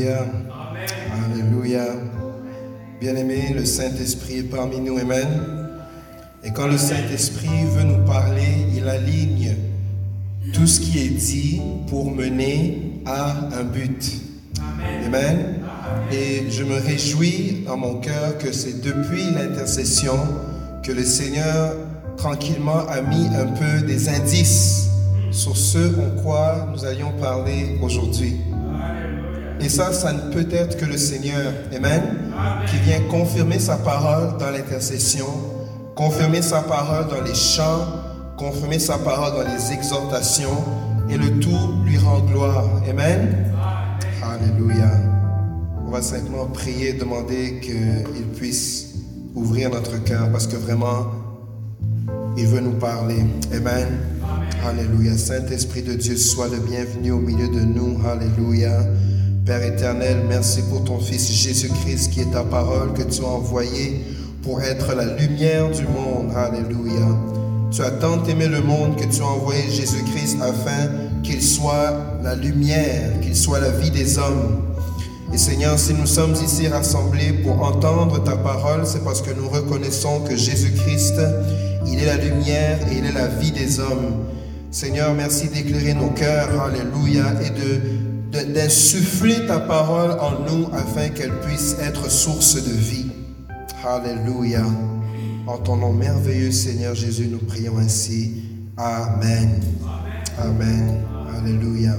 Alléluia. Alléluia. Bien-aimés, le Saint-Esprit est parmi nous. Amen. Et quand le Saint-Esprit veut nous parler, il aligne tout ce qui est dit pour mener à un but. Amen. Et je me réjouis dans mon cœur que c'est depuis l'intercession que le Seigneur tranquillement a mis un peu des indices sur ce en quoi nous allions parler aujourd'hui. Et ça ne peut être que le Seigneur, amen, qui vient confirmer sa parole dans l'intercession, confirmer sa parole dans les chants, confirmer sa parole dans les exhortations, et le tout lui rend gloire, amen. Alléluia. On va simplement prier, demander qu'il puisse ouvrir notre cœur, parce que vraiment, il veut nous parler, amen. Alléluia. Saint-Esprit de Dieu, sois le bienvenu au milieu de nous, alléluia. Père éternel, merci pour ton Fils Jésus-Christ qui est ta parole que tu as envoyée pour être la lumière du monde. Alléluia. Tu as tant aimé le monde que tu as envoyé Jésus-Christ afin qu'il soit la lumière, qu'il soit la vie des hommes. Et Seigneur, si nous sommes ici rassemblés pour entendre ta parole, c'est parce que nous reconnaissons que Jésus-Christ, il est la lumière et il est la vie des hommes. Seigneur, merci d'éclairer nos cœurs. Alléluia. Et d'insuffler ta parole en nous afin qu'elle puisse être source de vie. Alléluia. En ton nom merveilleux, Seigneur Jésus, nous prions ainsi. Amen. Amen. Alléluia.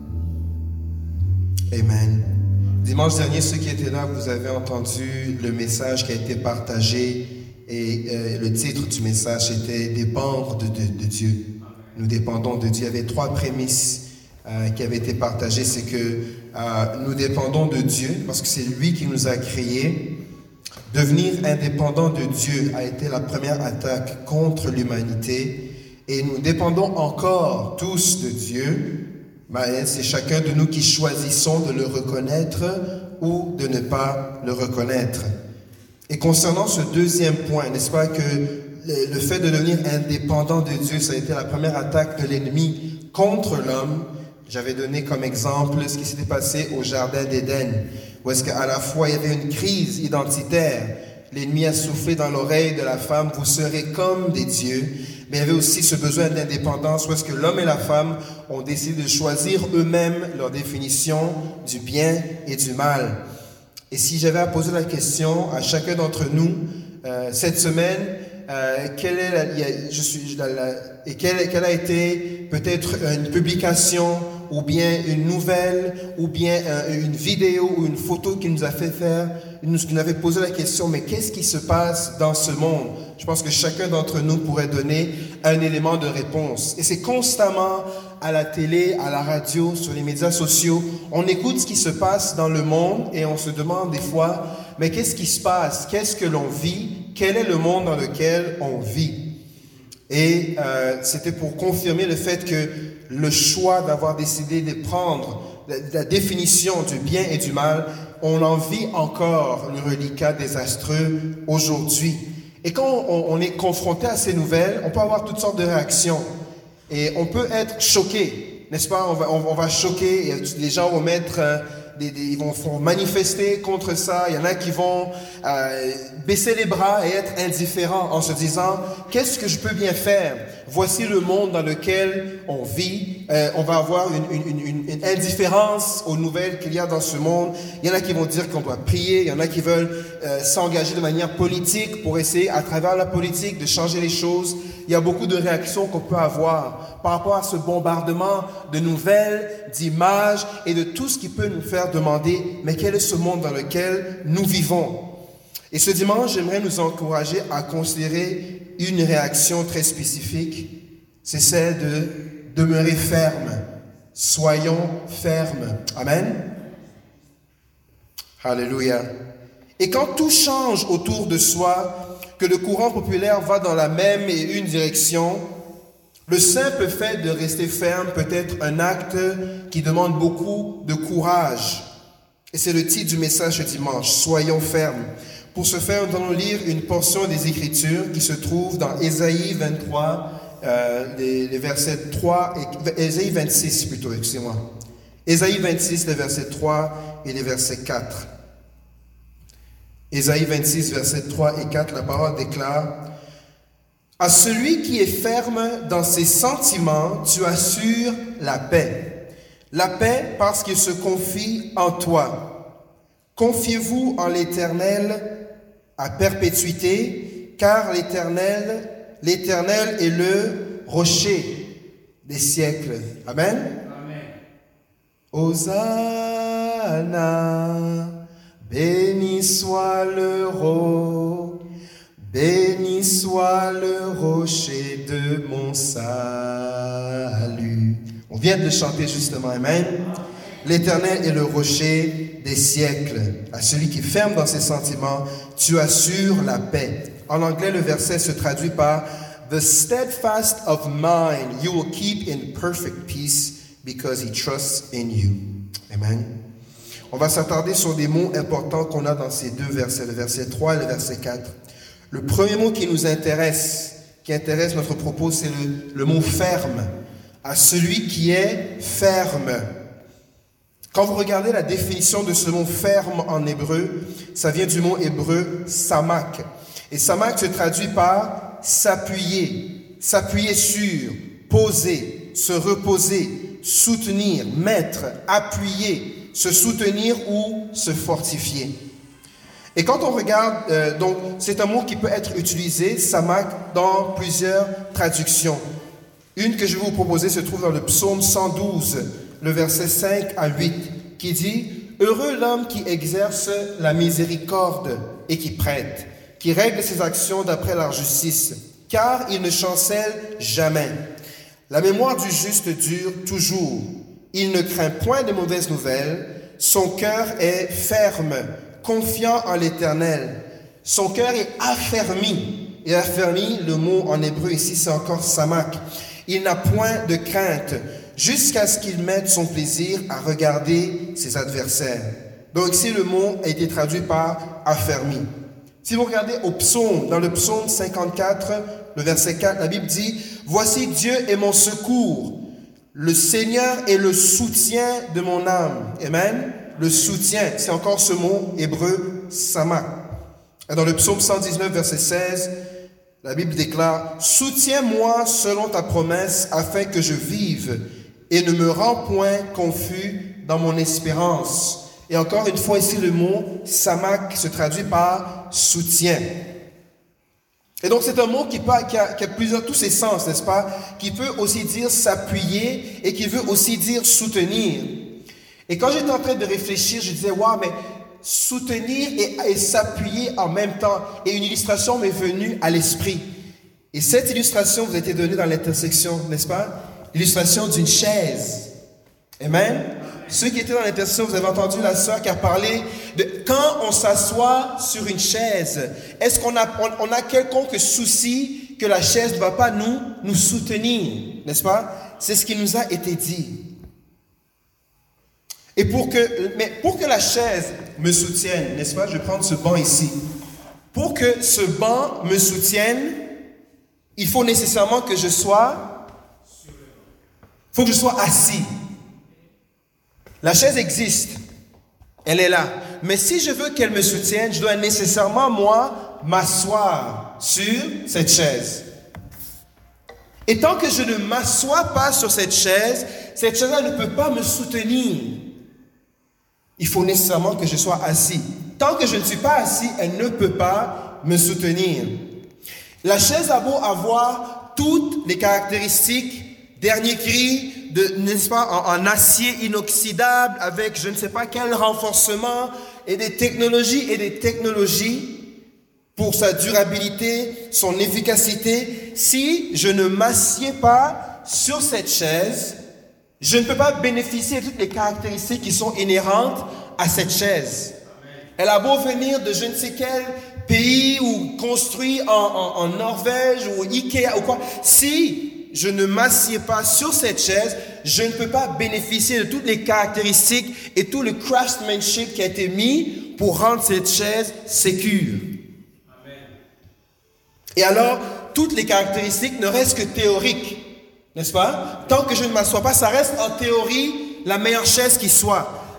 Amen. Dimanche dernier, ceux qui étaient là, vous avez entendu le message qui a été partagé et le titre du message était « Dépendre de Dieu ». Nous dépendons de Dieu. Il y avait 3 prémices qui avait été partagé, c'est que nous dépendons de Dieu parce que c'est lui qui nous a créés. Devenir indépendant de Dieu a été la première attaque contre l'humanité et nous dépendons encore tous de Dieu. Mais c'est chacun de nous qui choisissons de le reconnaître ou de ne pas le reconnaître. Et concernant ce deuxième point, n'est-ce pas que le fait de devenir indépendant de Dieu, ça a été la première attaque de l'ennemi contre l'homme. J'avais donné comme exemple ce qui s'était passé au Jardin d'Éden, où est-ce qu'à la fois il y avait une crise identitaire. L'ennemi a soufflé dans l'oreille de la femme, vous serez comme des dieux. Mais il y avait aussi ce besoin d'indépendance, où est-ce que l'homme et la femme ont décidé de choisir eux-mêmes leur définition du bien et du mal. Et si j'avais à poser la question à chacun d'entre nous, cette semaine, quelle a été peut-être une publication ou bien une nouvelle ou bien une vidéo ou une photo qui nous a fait faire, nous avait posé la question, mais qu'est-ce qui se passe dans ce monde? Je pense que chacun d'entre nous pourrait donner un élément de réponse. Et c'est constamment à la télé, à la radio, sur les médias sociaux, on écoute ce qui se passe dans le monde et on se demande des fois, mais qu'est-ce qui se passe? Qu'est-ce que l'on vit? Quel est le monde dans lequel on vit? Et c'était pour confirmer le fait que le choix d'avoir décidé de prendre la définition du bien et du mal, on en vit encore le reliquat désastreux aujourd'hui. Et quand on est confronté à ces nouvelles, on peut avoir toutes sortes de réactions. Et on peut être choqué, n'est-ce pas? On va choquer, et les gens vont mettre... ils vont manifester contre ça. Il y en a qui vont baisser les bras et être indifférents en se disant « Qu'est-ce que je peux bien faire? Voici le monde dans lequel on vit. » On va avoir une indifférence aux nouvelles qu'il y a dans ce monde. Il y en a qui vont dire qu'on doit prier. Il y en a qui veulent s'engager de manière politique pour essayer, à travers la politique, de changer les choses. Il y a beaucoup de réactions qu'on peut avoir par rapport à ce bombardement de nouvelles, d'images et de tout ce qui peut nous faire demander « Mais quel est ce monde dans lequel nous vivons ?» Et ce dimanche, j'aimerais nous encourager à considérer une réaction très spécifique. C'est celle de demeurer ferme. Soyons fermes. Amen. Alléluia. Et quand tout change autour de soi, que le courant populaire va dans la même et une direction, le simple fait de rester ferme peut être un acte qui demande beaucoup de courage. Et c'est le titre du message ce dimanche, Soyons fermes. Pour ce faire, nous allons lire une portion des Écritures qui se trouve dans Ésaïe 23, les versets 3 et Ésaïe 26 plutôt, excusez-moi. Ésaïe 26, les versets 3 et les versets 4. Ésaïe 26, versets 3 et 4, la parole déclare: « À celui qui est ferme dans ses sentiments, tu assures la paix. La paix parce qu'il se confie en toi. Confiez-vous en l'Éternel à perpétuité, car l'Éternel est le rocher des siècles. » Amen. Amen. Hosanna, béni soit béni soit le rocher de mon salut. On vient de le chanter justement, amen. L'Éternel est le rocher des siècles. À celui qui est ferme dans ses sentiments, tu assures la paix. En anglais, le verset se traduit par The steadfast of mind you will keep in perfect peace because he trusts in you. Amen. On va s'attarder sur des mots importants qu'on a dans ces deux versets, le verset 3 et le verset 4. Le premier mot qui nous intéresse, qui intéresse notre propos, c'est le mot ferme. À celui qui est ferme. Quand vous regardez la définition de ce mot ferme en hébreu, ça vient du mot hébreu samak. Et samak se traduit par s'appuyer, s'appuyer sur, poser, se reposer, soutenir, mettre, appuyer, se soutenir ou se fortifier. Et quand on regarde, donc c'est un mot qui peut être utilisé, samak, dans plusieurs traductions. Une que je vais vous proposer se trouve dans le psaume 112, le verset 5 à 8, qui dit « Heureux l'homme qui exerce la miséricorde et qui prête, qui règle ses actions d'après la justice, car il ne chancelle jamais. La mémoire du juste dure toujours. Il ne craint point de mauvaises nouvelles. Son cœur est ferme, confiant en l'Éternel. Son cœur est affermi. Et affermi, le mot en hébreu ici, c'est encore samak. Il n'a point de crainte, jusqu'à ce qu'il mette son plaisir à regarder ses adversaires. » Donc ici, le mot a été traduit par affermi. Si vous regardez au psaume, dans le psaume 54, le verset 4, la Bible dit « Voici Dieu est mon secours. Le Seigneur est le soutien de mon âme. » Amen. Le soutien, c'est encore ce mot hébreu samak. Et dans le psaume 119, verset 16, la Bible déclare « Soutiens-moi selon ta promesse afin que je vive et ne me rends point confus dans mon espérance. » Et encore une fois ici, le mot samak se traduit par soutien. Et donc c'est un mot qui a tous ses sens, n'est-ce pas? Qui peut aussi dire s'appuyer et qui veut aussi dire soutenir. Et quand j'étais en train de réfléchir, je disais, waouh, mais soutenir et s'appuyer en même temps. Et une illustration m'est venue à l'esprit. Et cette illustration vous a été donnée dans l'intersection, n'est-ce pas? Illustration d'une chaise. Amen. Ceux qui étaient dans l'intersection, vous avez entendu la sœur qui a parlé de quand on s'assoit sur une chaise, est-ce qu'on a quelconque souci que la chaise ne va pas nous soutenir, n'est-ce pas? C'est ce qui nous a été dit. Et pour que la chaise me soutienne, n'est-ce pas? Je vais prendre ce banc ici. Pour que ce banc me soutienne, il faut nécessairement que je sois assis. La chaise existe, elle est là. Mais si je veux qu'elle me soutienne, je dois nécessairement, moi, m'asseoir sur cette chaise. Et tant que je ne m'assois pas sur cette chaise-là ne peut pas me soutenir. Il faut nécessairement que je sois assis. Tant que je ne suis pas assis, elle ne peut pas me soutenir. La chaise a beau avoir toutes les caractéristiques, dernier cri, n'est-ce pas, en acier inoxydable, avec je ne sais pas quel renforcement, et des technologies pour sa durabilité, son efficacité. Si je ne m'assieds pas sur cette chaise, je ne peux pas bénéficier de toutes les caractéristiques qui sont inhérentes à cette chaise. Elle a beau venir de je ne sais quel pays ou construit en Norvège ou Ikea ou quoi. Si je ne m'assieds pas sur cette chaise, je ne peux pas bénéficier de toutes les caractéristiques et tout le craftsmanship qui a été mis pour rendre cette chaise sécure. Amen. Et alors, toutes les caractéristiques ne restent que théoriques, n'est-ce pas? Tant que je ne m'assois pas, ça reste en théorie la meilleure chaise qui soit.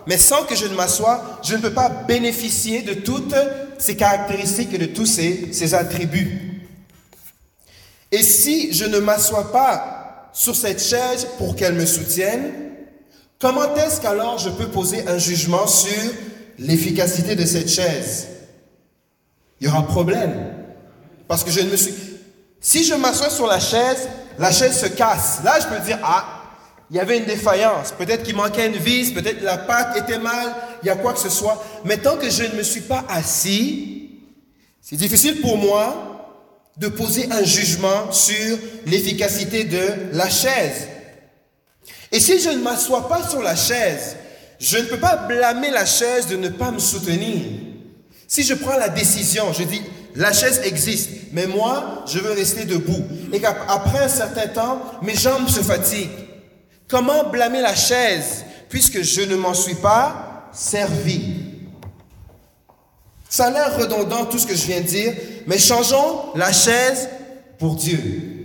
Mais sans que je ne m'assoie, je ne peux pas bénéficier de toutes ces caractéristiques et de tous ces attributs. Et si je ne m'assois pas sur cette chaise pour qu'elle me soutienne, comment est-ce qu'alors je peux poser un jugement sur l'efficacité de cette chaise? Il y aura problème. Parce que si je m'assois sur la chaise se casse. Là, je peux dire, il y avait une défaillance. Peut-être qu'il manquait une vis, peut-être la patte était mal, il y a quoi que ce soit. Mais tant que je ne me suis pas assis, c'est difficile pour moi de poser un jugement sur l'efficacité de la chaise. Et si je ne m'assois pas sur la chaise, je ne peux pas blâmer la chaise de ne pas me soutenir. Si je prends la décision, je dis, la chaise existe, mais moi, je veux rester debout. Et qu'après un certain temps, mes jambes se fatiguent. Comment blâmer la chaise puisque je ne m'en suis pas servi? Ça a l'air redondant tout ce que je viens de dire, mais changeons la chaise pour Dieu.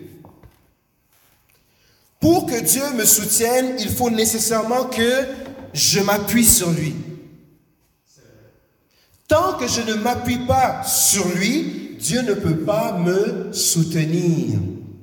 Pour que Dieu me soutienne, il faut nécessairement que je m'appuie sur lui. Tant que je ne m'appuie pas sur lui, Dieu ne peut pas me soutenir.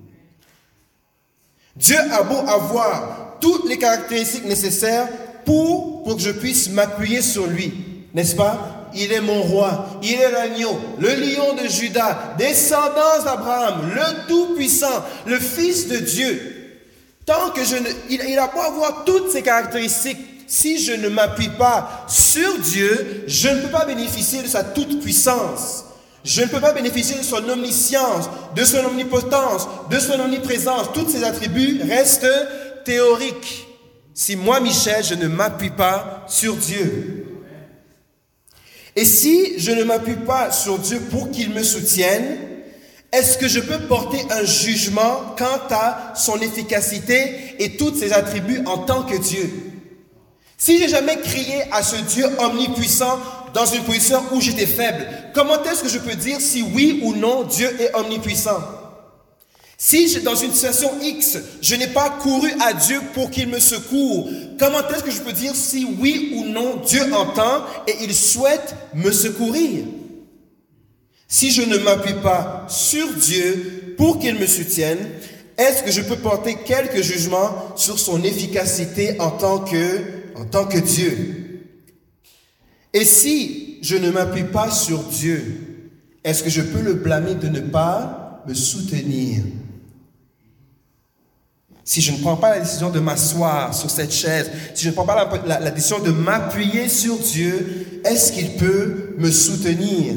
Dieu a beau avoir toutes les caractéristiques nécessaires pour que je puisse m'appuyer sur lui, n'est-ce pas? Il est mon roi, il est l'agneau, le lion de Juda, descendance d'Abraham, le Tout-Puissant, le Fils de Dieu. Tant que il a beau avoir toutes ces caractéristiques, si je ne m'appuie pas sur Dieu, je ne peux pas bénéficier de sa toute-puissance. Je ne peux pas bénéficier de son omniscience, de son omnipotence, de son omniprésence. Tous ces attributs restent théoriques. Si moi, Michel, je ne m'appuie pas sur Dieu. Et si je ne m'appuie pas sur Dieu pour qu'il me soutienne, est-ce que je peux porter un jugement quant à son efficacité et tous ses attributs en tant que Dieu? Si j'ai jamais crié à ce Dieu omnipuissant dans une position où j'étais faible, comment est-ce que je peux dire si oui ou non Dieu est omnipuissant? Si dans une situation X, je n'ai pas couru à Dieu pour qu'il me secoure, comment est-ce que je peux dire si oui ou non Dieu entend et il souhaite me secourir? Si je ne m'appuie pas sur Dieu pour qu'il me soutienne, est-ce que je peux porter quelques jugements sur son efficacité en tant que Dieu? Et si je ne m'appuie pas sur Dieu, est-ce que je peux le blâmer de ne pas me soutenir? Si je ne prends pas la décision de m'asseoir sur cette chaise, si je ne prends pas la décision de m'appuyer sur Dieu, est-ce qu'il peut me soutenir?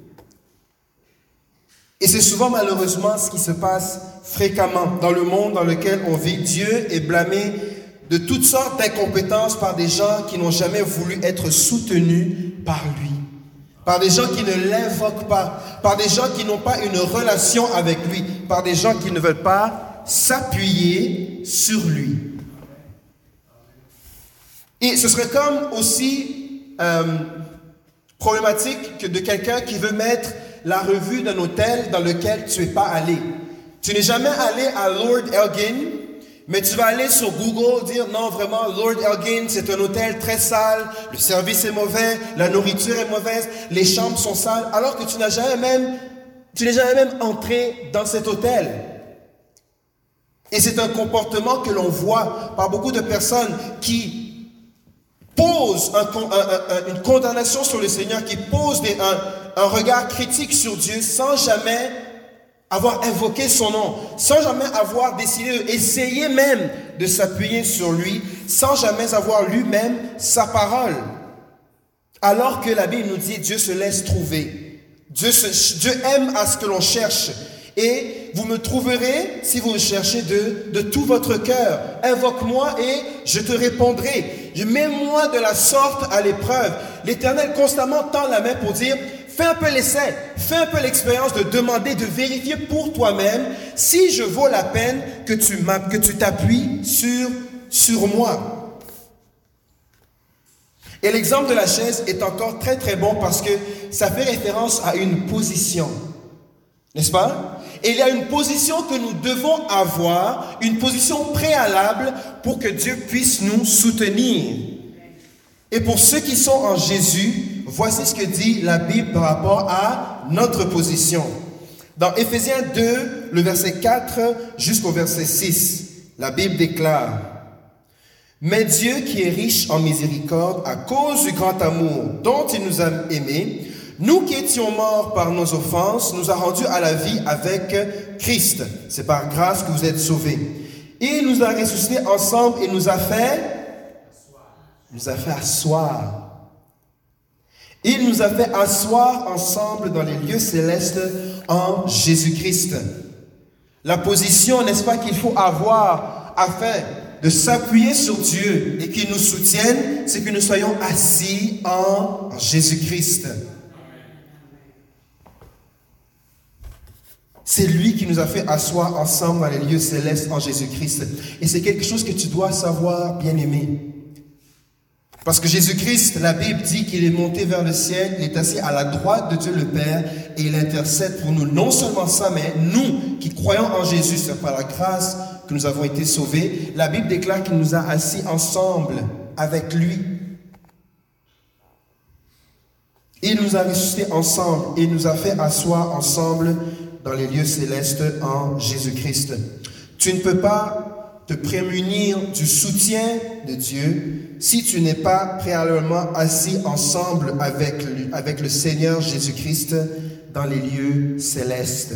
Et c'est souvent malheureusement ce qui se passe fréquemment dans le monde dans lequel on vit. Dieu est blâmé de toutes sortes d'incompétences par des gens qui n'ont jamais voulu être soutenus par lui, par des gens qui ne l'invoquent pas, par des gens qui n'ont pas une relation avec lui, par des gens qui ne veulent pas s'appuyer sur lui. Et ce serait comme aussi problématique que de quelqu'un qui veut mettre la revue d'un hôtel dans lequel tu n'es pas allé. Tu n'es jamais allé à Lord Elgin, mais tu vas aller sur Google dire non, vraiment, Lord Elgin, c'est un hôtel très sale, le service est mauvais, la nourriture est mauvaise, les chambres sont sales, alors que tu n'es jamais même entré dans cet hôtel. Et c'est un comportement que l'on voit par beaucoup de personnes qui posent une condamnation sur le Seigneur, qui posent un regard critique sur Dieu sans jamais avoir invoqué son nom, sans jamais avoir décidé d'essayer même de s'appuyer sur lui, sans jamais avoir lu même sa parole. Alors que la Bible nous dit Dieu se laisse trouver. Dieu aime à ce que l'on cherche. Et vous me trouverez si vous me cherchez de tout votre cœur. Invoque-moi et je te répondrai. Mets-moi de la sorte à l'épreuve. L'Éternel constamment tend la main pour dire, fais un peu l'essai, fais un peu l'expérience de demander, de vérifier pour toi-même si je vaux la peine que tu t'appuies sur moi. Et l'exemple de la chaise est encore très très bon parce que ça fait référence à une position. N'est-ce pas? Et il y a une position que nous devons avoir, une position préalable pour que Dieu puisse nous soutenir. Et pour ceux qui sont en Jésus, voici ce que dit la Bible par rapport à notre position. Dans Éphésiens 2, le verset 4 jusqu'au verset 6, la Bible déclare: « Mais Dieu qui est riche en miséricorde à cause du grand amour dont il nous a aimés, nous qui étions morts par nos offenses, nous a rendus à la vie avec Christ. C'est par grâce que vous êtes sauvés. Il nous a ressuscités ensemble et nous a fait asseoir. Il nous a fait asseoir ensemble dans les lieux célestes en Jésus-Christ. » La position, n'est-ce pas, qu'il faut avoir afin de s'appuyer sur Dieu et qu'il nous soutienne, c'est que nous soyons assis en Jésus-Christ. C'est lui qui nous a fait asseoir ensemble dans les lieux célestes en Jésus-Christ. Et c'est quelque chose que tu dois savoir, bien-aimé. Parce que Jésus-Christ, la Bible dit qu'il est monté vers le ciel, il est assis à la droite de Dieu le Père et il intercède pour nous. Non seulement ça, mais nous qui croyons en Jésus, c'est par la grâce que nous avons été sauvés. La Bible déclare qu'il nous a assis ensemble avec lui. Il nous a ressuscités ensemble et il nous a fait asseoir ensemble dans les lieux célestes en Jésus-Christ. Tu ne peux pas te prémunir du soutien de Dieu si tu n'es pas préalablement assis ensemble avec lui, avec le Seigneur Jésus-Christ dans les lieux célestes.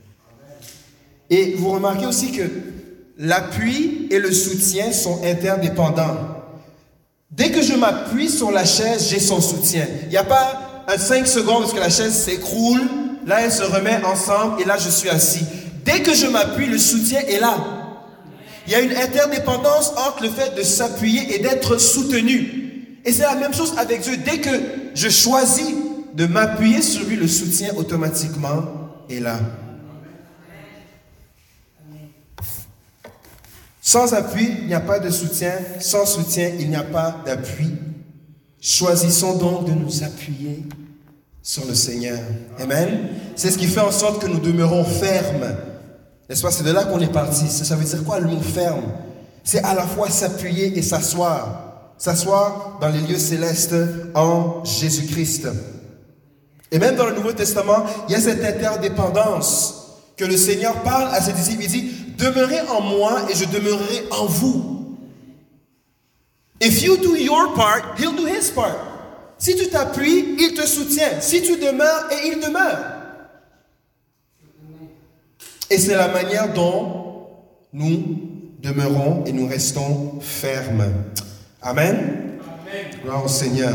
Et vous remarquez aussi que l'appui et le soutien sont interdépendants. Dès que je m'appuie sur la chaise, j'ai son soutien. Il n'y a pas un 5 secondes parce que la chaise s'écroule, là elle se remet ensemble et là je suis assis. Dès que je m'appuie, le soutien est là. Il y a une interdépendance entre le fait de s'appuyer et d'être soutenu. Et c'est la même chose avec Dieu. Dès que je choisis de m'appuyer sur lui, le soutien automatiquement est là. Sans appui, il n'y a pas de soutien. Sans soutien, il n'y a pas d'appui. Choisissons donc de nous appuyer sur le Seigneur. Amen. C'est ce qui fait en sorte que nous demeurons fermes. N'est-ce pas? C'est de là qu'on est parti. Ça veut dire quoi le mot ferme? C'est à la fois s'appuyer et s'asseoir. S'asseoir dans les lieux célestes en Jésus-Christ. Et même dans le Nouveau Testament, il y a cette interdépendance que le Seigneur parle à ses disciples. Il dit: demeurez en moi et je demeurerai en vous. If you do your part, he'll do his part. Si tu t'appuies, il te soutient. Si tu demeures, et il demeure. Et c'est la manière dont nous demeurons et nous restons fermes. Amen. Gloire au Seigneur.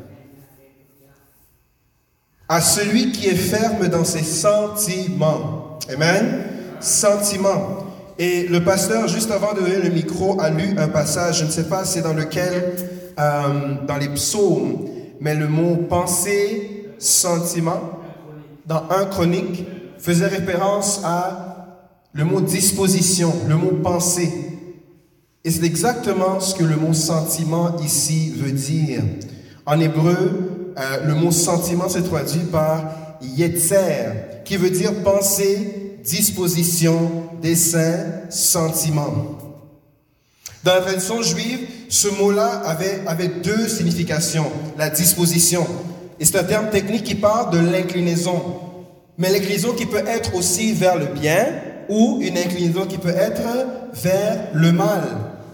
À celui qui est ferme dans ses sentiments. Amen. Sentiments. Et le pasteur, juste avant de donner le micro, a lu un passage, je ne sais pas c'est dans lequel, dans les psaumes, mais le mot pensée, sentiment, dans 1 Chronique, faisait référence à le mot disposition, le mot pensée. Et c'est exactement ce que le mot sentiment ici veut dire. En hébreu, le mot sentiment se traduit par yetzer, qui veut dire pensée, disposition, dessein, sentiment. Dans la tradition juive, ce mot-là avait deux significations. La disposition. Et c'est un terme technique qui parle de l'inclinaison. Mais l'inclinaison qui peut être aussi vers le bien ou une inclinaison qui peut être vers le mal.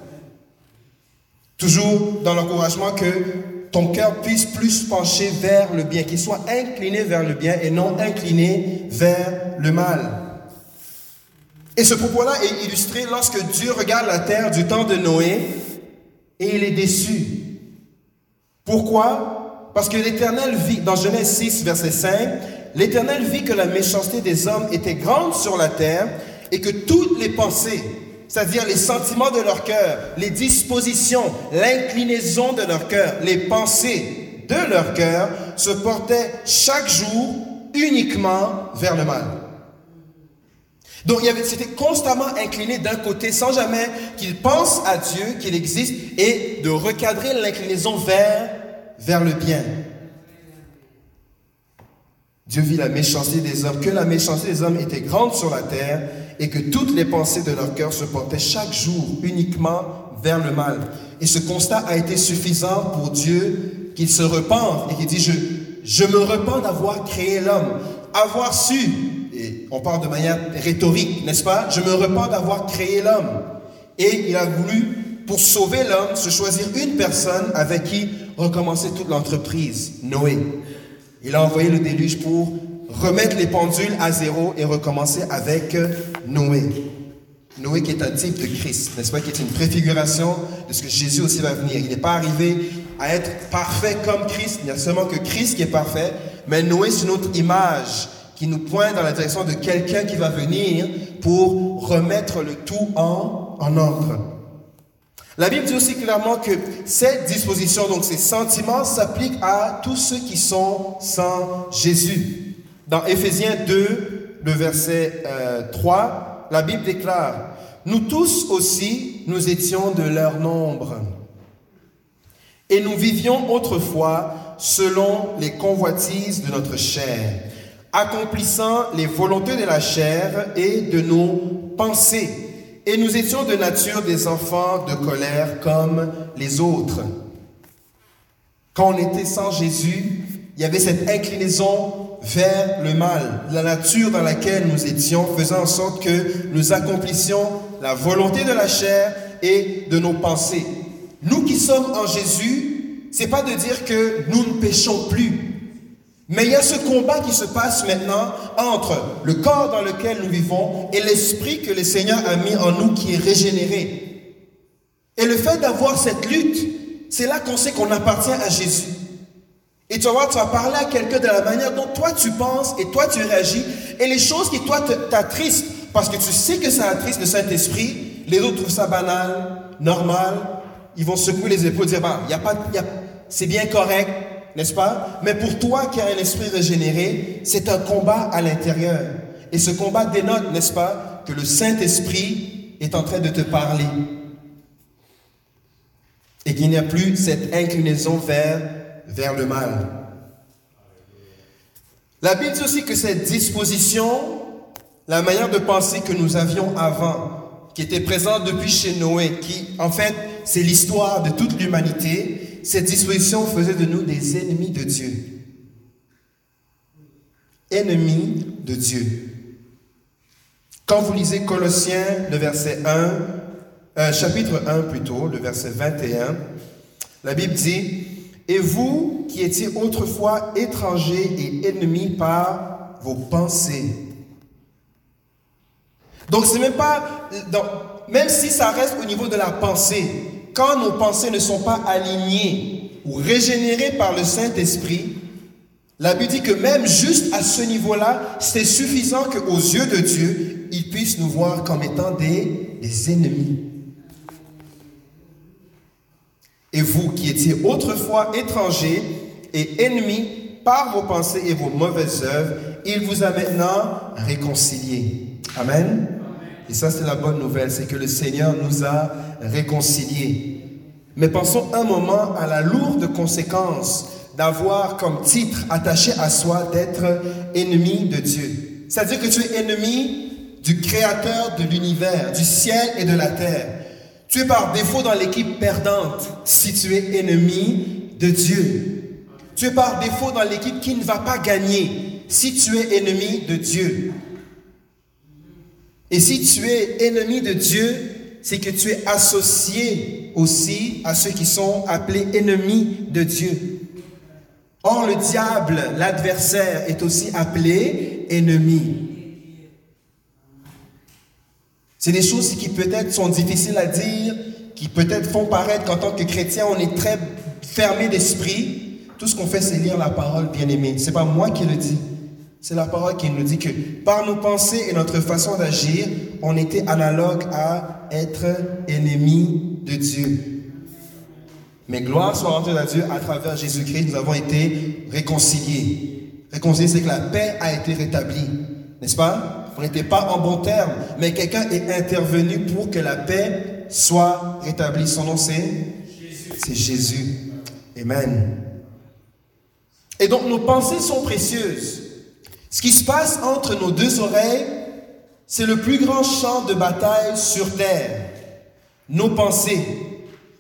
Toujours dans l'encouragement que ton cœur puisse plus pencher vers le bien, qu'il soit incliné vers le bien et non incliné vers le mal. Et ce propos-là est illustré lorsque Dieu regarde la terre du temps de Noé et il est déçu. Pourquoi? Parce que l'Éternel vit, dans Genèse 6, verset 5, l'Éternel vit que la méchanceté des hommes était grande sur la terre et que toutes les pensées, c'est-à-dire les sentiments de leur cœur, les dispositions, l'inclinaison de leur cœur, les pensées de leur cœur se portaient chaque jour uniquement vers le mal. Donc c'était constamment incliné d'un côté sans jamais qu'il pense à Dieu, qu'il existe, et de recadrer l'inclinaison vers le bien. Dieu vit la méchanceté des hommes, que la méchanceté des hommes était grande sur la terre et que toutes les pensées de leur cœur se portaient chaque jour uniquement vers le mal. Et ce constat a été suffisant pour Dieu qu'il se repente et qu'il dit, je me repens d'avoir créé l'homme, avoir su, et on parle de manière rhétorique, n'est-ce pas? Je me repens d'avoir créé l'homme. Et il a voulu, pour sauver l'homme, se choisir une personne avec qui recommencer toute l'entreprise, Noé. Il a envoyé le déluge pour remettre les pendules à zéro et recommencer avec Noé. Noé qui est un type de Christ, n'est-ce pas, qui est une préfiguration de ce que Jésus aussi va venir. Il n'est pas arrivé à être parfait comme Christ, il n'y a seulement que Christ qui est parfait, mais Noé c'est une autre image qui nous pointe dans la direction de quelqu'un qui va venir pour remettre le tout en ordre. La Bible dit aussi clairement que cette disposition, donc ces sentiments, s'appliquent à tous ceux qui sont sans Jésus. Dans Éphésiens 2, le verset 3, la Bible déclare « Nous tous aussi, nous étions de leur nombre, et nous vivions autrefois selon les convoitises de notre chair, accomplissant les volontés de la chair et de nos pensées. Et nous étions de nature des enfants de colère comme les autres. » Quand on était sans Jésus, il y avait cette inclinaison vers le mal. La nature dans laquelle nous étions faisait en sorte que nous accomplissions la volonté de la chair et de nos pensées. Nous qui sommes en Jésus, c'est pas de dire que nous ne péchons plus. Mais il y a ce combat qui se passe maintenant entre le corps dans lequel nous vivons et l'esprit que le Seigneur a mis en nous qui est régénéré. Et le fait d'avoir cette lutte, c'est là qu'on sait qu'on appartient à Jésus. Et tu vas voir, tu vas parler à quelqu'un de la manière dont toi tu penses et toi tu réagis. Et les choses qui toi t'attristent, parce que tu sais que ça attriste le Saint-Esprit, les autres trouvent ça banal, normal. Ils vont secouer les épaules et dire, c'est bien correct. N'est-ce pas? Mais pour toi qui as un esprit régénéré, c'est un combat à l'intérieur. Et ce combat dénote, n'est-ce pas, que le Saint-Esprit est en train de te parler. Et qu'il n'y a plus cette inclinaison vers le mal. La Bible dit aussi que cette disposition, la manière de penser que nous avions avant, qui était présente depuis chez Noé, qui, en fait, c'est l'histoire de toute l'humanité. Cette disposition faisait de nous des ennemis de Dieu. Ennemis de Dieu. Quand vous lisez Colossiens, le verset 1, chapitre 1 plutôt, le verset 21, la Bible dit « Et vous qui étiez autrefois étrangers et ennemis par vos pensées. » Donc c'est même pas, même si ça reste au niveau de la pensée, quand nos pensées ne sont pas alignées ou régénérées par le Saint-Esprit, la Bible dit que même juste à ce niveau-là, c'est suffisant qu'aux yeux de Dieu, il puisse nous voir comme étant des ennemis. Et vous qui étiez autrefois étrangers et ennemis par vos pensées et vos mauvaises œuvres, il vous a maintenant réconciliés. Amen. Et ça, c'est la bonne nouvelle, c'est que le Seigneur nous a réconciliés. Mais pensons un moment à la lourde conséquence d'avoir comme titre attaché à soi d'être ennemi de Dieu. C'est-à-dire que tu es ennemi du Créateur de l'univers, du ciel et de la terre. Tu es par défaut dans l'équipe perdante si tu es ennemi de Dieu. Tu es par défaut dans l'équipe qui ne va pas gagner si tu es ennemi de Dieu. Et si tu es ennemi de Dieu, c'est que tu es associé aussi à ceux qui sont appelés ennemis de Dieu. Or, le diable, l'adversaire, est aussi appelé ennemi. C'est des choses qui peut-être sont difficiles à dire, qui peut-être font paraître qu'en tant que chrétien, on est très fermé d'esprit. Tout ce qu'on fait, c'est lire la parole, bien-aimé. Ce n'est pas moi qui le dis. C'est la parole qui nous dit que par nos pensées et notre façon d'agir, on était analogue à être ennemis de Dieu. Mais gloire soit rendue à Dieu, à travers Jésus-Christ, nous avons été réconciliés. Réconciliés, c'est que la paix a été rétablie. N'est-ce pas? On n'était pas en bon terme, mais quelqu'un est intervenu pour que la paix soit rétablie. Son nom, c'est Jésus. Amen. Et donc, nos pensées sont précieuses. Ce qui se passe entre nos deux oreilles, c'est le plus grand champ de bataille sur terre. Nos pensées.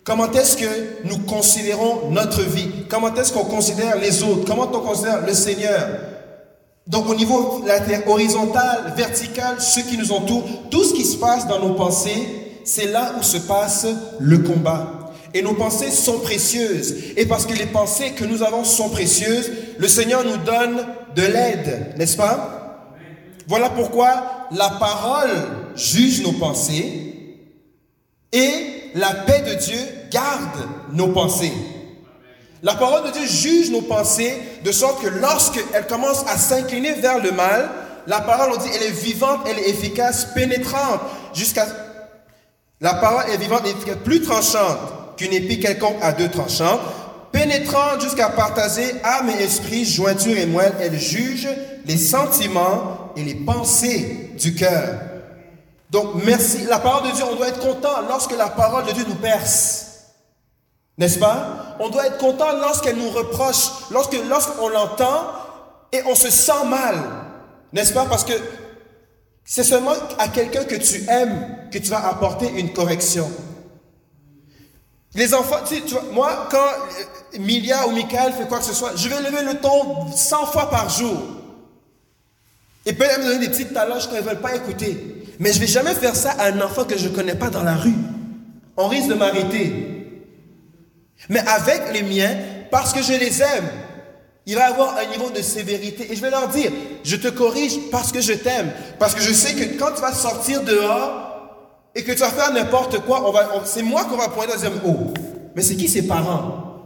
Comment est-ce que nous considérons notre vie? Comment est-ce qu'on considère les autres? Comment on considère le Seigneur? Donc au niveau horizontal, vertical, ceux qui nous entourent, tout ce qui se passe dans nos pensées, c'est là où se passe le combat. Et nos pensées sont précieuses. Et parce que les pensées que nous avons sont précieuses, le Seigneur nous donne de l'aide, n'est-ce pas? Voilà pourquoi la parole juge nos pensées et la paix de Dieu garde nos pensées. La parole de Dieu juge nos pensées de sorte que lorsqu'elle commence à s'incliner vers le mal, la parole, on dit, elle est vivante, elle est efficace, pénétrante, la parole est vivante et efficace, plus tranchante qu'une épée quelconque à deux tranchants, pénétrante jusqu'à partager âme et esprit, jointure et moelle. Elle juge les sentiments et les pensées du cœur. Donc, merci. La parole de Dieu, on doit être content lorsque la parole de Dieu nous perce. N'est-ce pas? On doit être content lorsqu'elle nous reproche, lorsqu'on l'entend et on se sent mal. N'est-ce pas? Parce que c'est seulement à quelqu'un que tu aimes que tu vas apporter une correction. Les enfants, tu vois, moi, quand Milia ou Michael fait quoi que ce soit, je vais lever le ton 100 fois par jour. Et peut-être me donner des petites taloches quand ils ne veulent pas écouter. Mais je ne vais jamais faire ça à un enfant que je ne connais pas dans la rue. On risque de m'arrêter. Mais avec les miens, parce que je les aime, il va y avoir un niveau de sévérité. Et je vais leur dire, je te corrige parce que je t'aime. Parce que je sais que quand tu vas sortir dehors et que tu vas faire n'importe quoi, c'est moi qu'on va pointer dans un oh, mais c'est qui ses parents?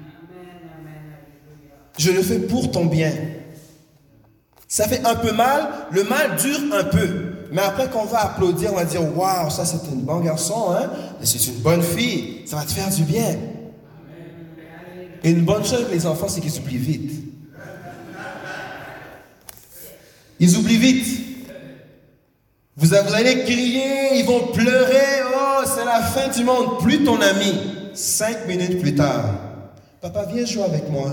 Je le fais pour ton bien. Ça fait un peu mal, le mal dure un peu. Mais après qu'on va applaudir, on va dire, waouh, ça c'est un bon garçon, hein? C'est une bonne fille, ça va te faire du bien. Et une bonne chose avec les enfants, c'est qu'ils oublient vite. Ils oublient vite. Vous allez crier, ils vont pleurer, oh, c'est la fin du monde. Plus ton ami, 5 minutes plus tard, papa, viens jouer avec moi.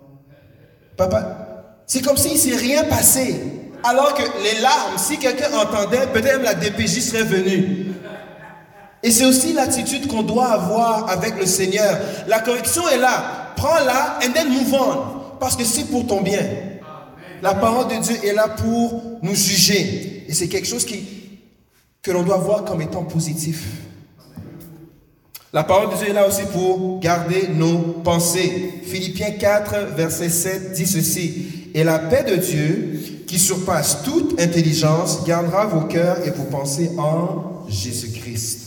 Papa, c'est comme s'il ne s'est rien passé. Alors que les larmes, si quelqu'un entendait, peut-être même la DPJ serait venue. Et c'est aussi l'attitude qu'on doit avoir avec le Seigneur. La correction est là. Prends-la and then move on. Parce que c'est pour ton bien. La parole de Dieu est là pour nous juger. Et c'est quelque chose que l'on doit voir comme étant positif. La parole de Dieu est là aussi pour garder nos pensées. Philippiens 4, verset 7 dit ceci. Et la paix de Dieu, qui surpasse toute intelligence, gardera vos cœurs et vos pensées en Jésus-Christ.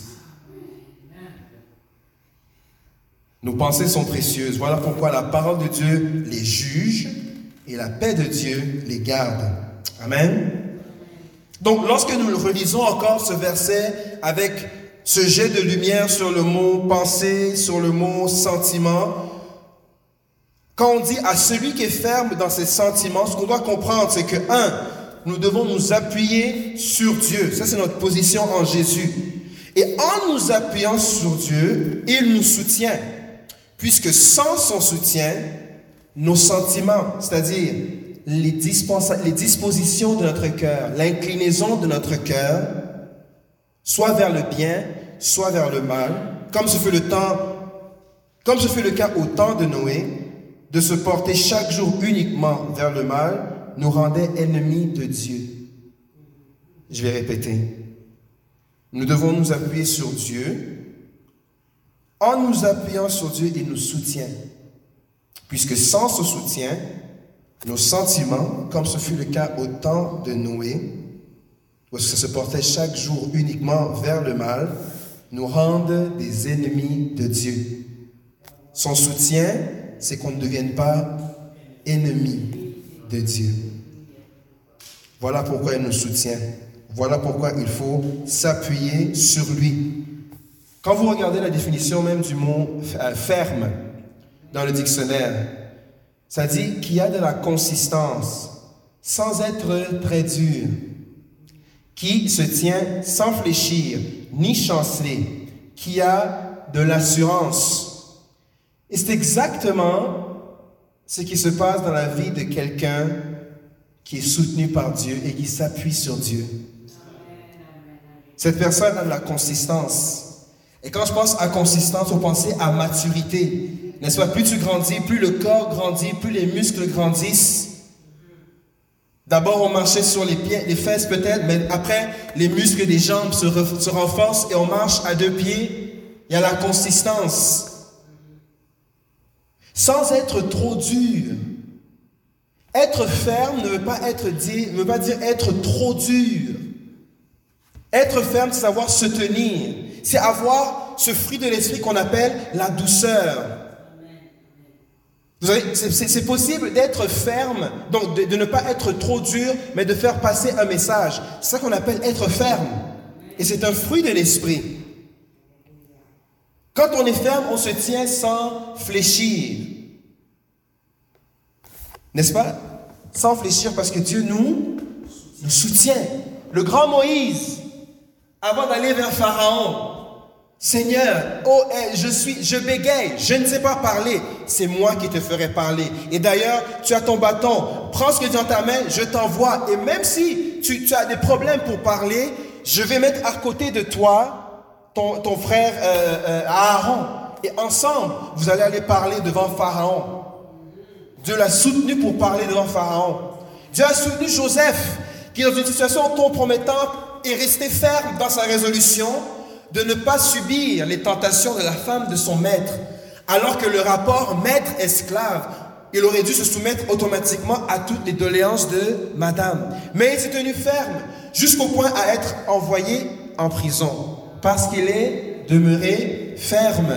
Nos pensées sont précieuses. Voilà pourquoi la parole de Dieu les juge et la paix de Dieu les garde. Amen. Donc, lorsque nous relisons encore ce verset avec ce jet de lumière sur le mot pensée, sur le mot sentiment, quand on dit à celui qui est ferme dans ses sentiments, ce qu'on doit comprendre, c'est que, nous devons nous appuyer sur Dieu. Ça, c'est notre position en Jésus. Et en nous appuyant sur Dieu, il nous soutient. Puisque sans son soutien, nos sentiments, c'est-à-dire les dispositions de notre cœur, l'inclinaison de notre cœur, soit vers le bien, soit vers le mal, comme ce fut le cas au temps de Noé, de se porter chaque jour uniquement vers le mal, nous rendait ennemis de Dieu. Je vais répéter. Nous devons nous appuyer sur Dieu. En nous appuyant sur Dieu, il nous soutient. Puisque sans ce soutien, nos sentiments, comme ce fut le cas au temps de Noé, où ça se portait chaque jour uniquement vers le mal, nous rendent des ennemis de Dieu. Son soutien, c'est qu'on ne devienne pas ennemis de Dieu. Voilà pourquoi il nous soutient. Voilà pourquoi il faut s'appuyer sur lui. Quand vous regardez la définition même du mot ferme dans le dictionnaire, ça dit qu'il y a de la consistance sans être très dur, qui se tient sans fléchir ni chanceler, qui a de l'assurance. Et c'est exactement ce qui se passe dans la vie de quelqu'un qui est soutenu par Dieu et qui s'appuie sur Dieu. Cette personne a de la consistance. Et quand je pense à consistance, vous pensez à maturité. N'est-ce pas? Plus tu grandis, plus le corps grandit, plus les muscles grandissent. D'abord, on marchait sur les pieds, les fesses peut-être, mais après, les muscles des jambes se renforcent et on marche à 2 pieds. Il y a la consistance. Sans être trop dur. Être ferme ne veut pas dire être trop dur. Être ferme, c'est savoir se tenir. C'est avoir ce fruit de l'esprit qu'on appelle la douceur. Vous savez, c'est possible d'être ferme, donc de ne pas être trop dur, mais de faire passer un message. C'est ça qu'on appelle être ferme. Et c'est un fruit de l'esprit. Quand on est ferme, on se tient sans fléchir. N'est-ce pas? Sans fléchir parce que Dieu nous soutient. Le grand Moïse, avant d'aller vers Pharaon, Seigneur, je bégaye, je ne sais pas parler, c'est moi qui te ferai parler. Et d'ailleurs, tu as ton bâton, prends ce que tu as dans ta main, je t'envoie. Et même si tu as des problèmes pour parler, je vais mettre à côté de toi ton frère Aaron. Et ensemble, vous allez aller parler devant Pharaon. Dieu l'a soutenu pour parler devant Pharaon. Dieu a soutenu Joseph, qui dans une situation compromettante est resté ferme dans sa résolution de ne pas subir les tentations de la femme de son maître, alors que le rapport maître-esclave, il aurait dû se soumettre automatiquement à toutes les doléances de madame. Mais il s'est tenu ferme, jusqu'au point à être envoyé en prison, parce qu'il est demeuré ferme.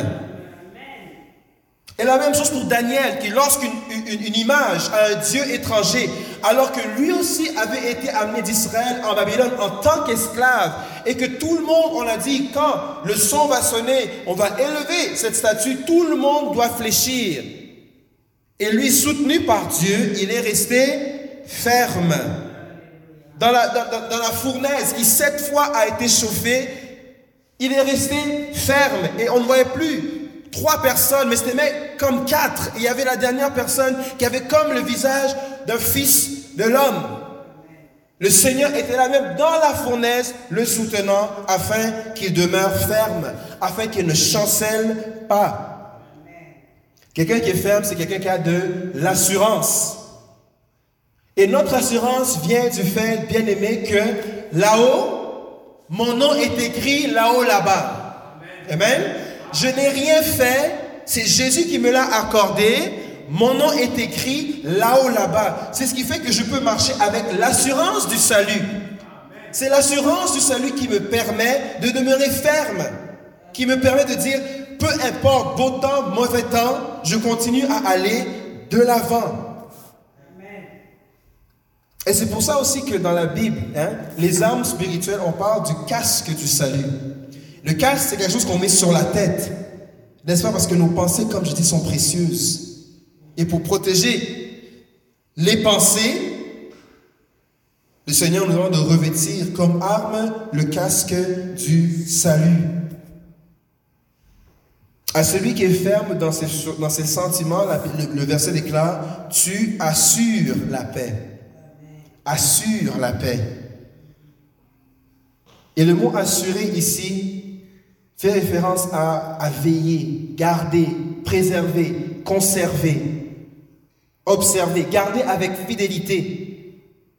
Et la même chose pour Daniel, qui lorsqu'une image à un Dieu étranger, alors que lui aussi avait été amené d'Israël en Babylone en tant qu'esclave, et que tout le monde, on a dit, quand le son va sonner, on va élever cette statue, tout le monde doit fléchir. Et lui, soutenu par Dieu, il est resté ferme. Dans la fournaise qui 7 fois a été chauffée, il est resté ferme. Et on ne voyait plus 3 personnes, mais c'était même comme 4. Et il y avait la dernière personne qui avait comme le visage d'un fils de l'homme. Le Seigneur était là même dans la fournaise, le soutenant, afin qu'il demeure ferme, afin qu'il ne chancelle pas. Quelqu'un qui est ferme, c'est quelqu'un qui a de l'assurance. Et notre assurance vient du fait, bien aimé, que là-haut, mon nom est écrit là-haut, là-bas. Amen. Je n'ai rien fait, c'est Jésus qui me l'a accordé. Mon nom est écrit là-haut, là-bas. C'est ce qui fait que je peux marcher avec l'assurance du salut. C'est l'assurance du salut qui me permet de demeurer ferme, qui me permet de dire, peu importe, beau temps, mauvais temps, je continue à aller de l'avant. Et c'est pour ça aussi que dans la Bible, les armes spirituelles, on parle du casque du salut. Le casque, c'est quelque chose qu'on met sur la tête. N'est-ce pas? Parce que nos pensées, comme je dis, sont précieuses. Et pour protéger les pensées, le Seigneur nous demande de revêtir comme arme le casque du salut. À celui qui est ferme dans ses sentiments, le verset déclare, tu assures la paix. Assure la paix. Et le mot assurer ici fait référence à veiller, garder, préserver, conserver, observer, garder avec fidélité.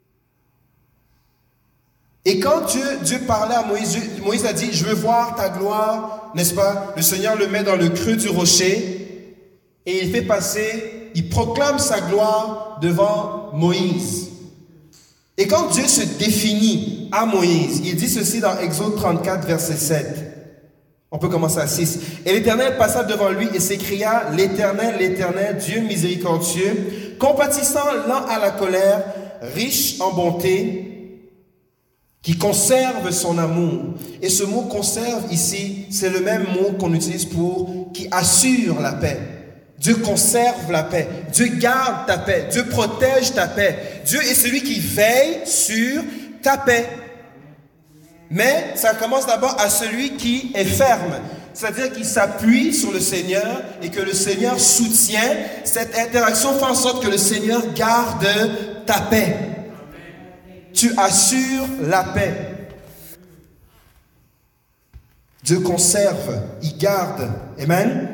Et quand Dieu parlait à Moïse, Moïse a dit, je veux voir ta gloire, n'est-ce pas? Le Seigneur le met dans le creux du rocher et il fait passer, il proclame sa gloire devant Moïse. Et quand Dieu se définit à Moïse, il dit ceci dans Exode 34, verset 7. On peut commencer à 6. Et l'Éternel passa devant lui et s'écria, l'Éternel, l'Éternel, Dieu miséricordieux, compatissant, lent à la colère, riche en bonté, qui conserve son amour. Et ce mot conserve ici, c'est le même mot qu'on utilise pour qui assure la paix. Dieu conserve la paix. Dieu garde ta paix. Dieu protège ta paix. Dieu est celui qui veille sur ta paix. Mais ça commence d'abord à celui qui est ferme. C'est-à-dire qu'il s'appuie sur le Seigneur et que le Seigneur soutient. Cette interaction fait en sorte que le Seigneur garde ta paix. Tu assures la paix. Dieu conserve, il garde. Amen.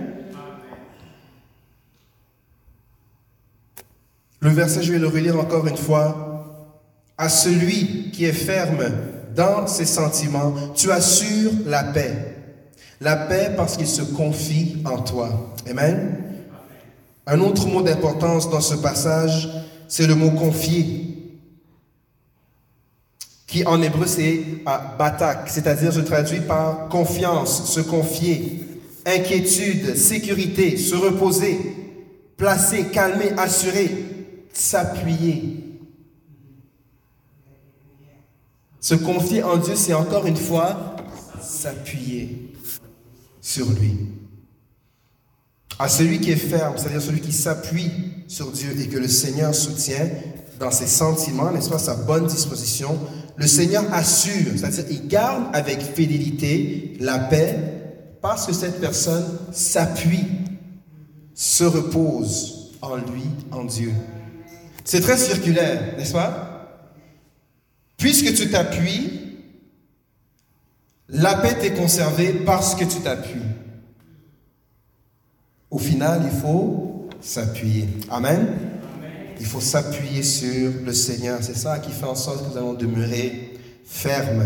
Le verset, je vais le relire encore une fois. À celui qui est ferme dans ses sentiments, tu assures la paix. La paix parce qu'il se confie en toi. Amen. Un autre mot d'importance dans ce passage, c'est le mot confier, qui en hébreu c'est batak, c'est-à-dire je traduis par confiance, se confier, inquiétude, sécurité, se reposer, placer, calmer, assurer, s'appuyer. Se confier en Dieu, c'est encore une fois s'appuyer sur lui. À celui qui est ferme, c'est-à-dire celui qui s'appuie sur Dieu et que le Seigneur soutient dans ses sentiments, n'est-ce pas, sa bonne disposition, le Seigneur assure, c'est-à-dire il garde avec fidélité la paix parce que cette personne s'appuie, se repose en lui, en Dieu. C'est très circulaire, n'est-ce pas? Puisque tu t'appuies, la paix t'est conservée parce que tu t'appuies. Au final, il faut s'appuyer. Amen. Il faut s'appuyer sur le Seigneur. C'est ça qui fait en sorte que nous allons demeurer fermes.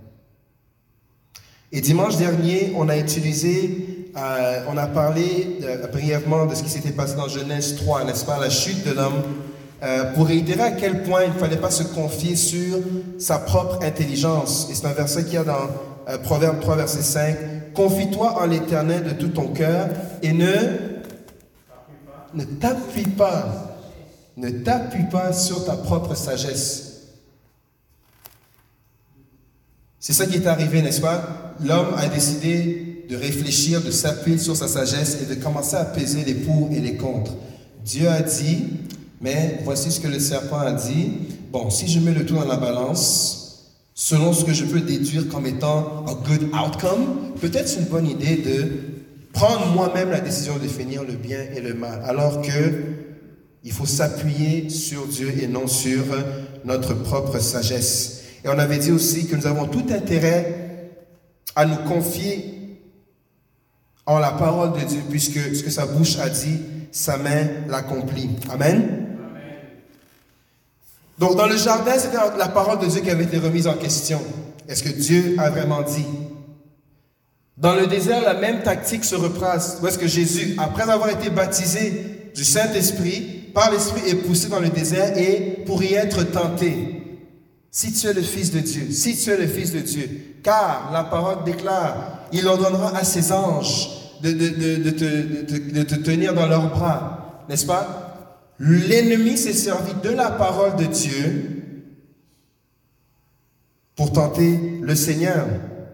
Et dimanche dernier, on a parlé brièvement de ce qui s'était passé dans Genèse 3, n'est-ce pas, la chute de l'homme, pour réitérer à quel point il ne fallait pas se confier sur sa propre intelligence. Et c'est un verset qu'il y a dans Proverbe 3, verset 5. « Confie-toi en l'Éternel de tout ton cœur et ne t'appuie pas sur ta propre sagesse. » C'est ça qui est arrivé, n'est-ce pas? L'homme a décidé de réfléchir, de s'appuyer sur sa sagesse et de commencer à peser les pour et les contre. Dieu a dit, mais voici ce que le serpent a dit. Bon, si je mets le tout dans la balance, selon ce que je peux déduire comme étant a good outcome, peut-être c'est une bonne idée de prendre moi-même la décision de définir le bien et le mal, alors que il faut s'appuyer sur Dieu et non sur notre propre sagesse. Et on avait dit aussi que nous avons tout intérêt à nous confier en la parole de Dieu, puisque ce que sa bouche a dit, sa main l'accomplit. Amen. Donc dans le jardin, c'était la parole de Dieu qui avait été remise en question. Est-ce que Dieu a vraiment dit? Dans le désert, la même tactique se repasse. Où est-ce que Jésus, après avoir été baptisé du Saint-Esprit, par l'Esprit, est poussé dans le désert et pour y être tenté. Si tu es le Fils de Dieu, si tu es le Fils de Dieu, car la parole déclare, il ordonnera à ses anges de te tenir dans leurs bras, n'est-ce pas? L'ennemi s'est servi de la parole de Dieu pour tenter le Seigneur.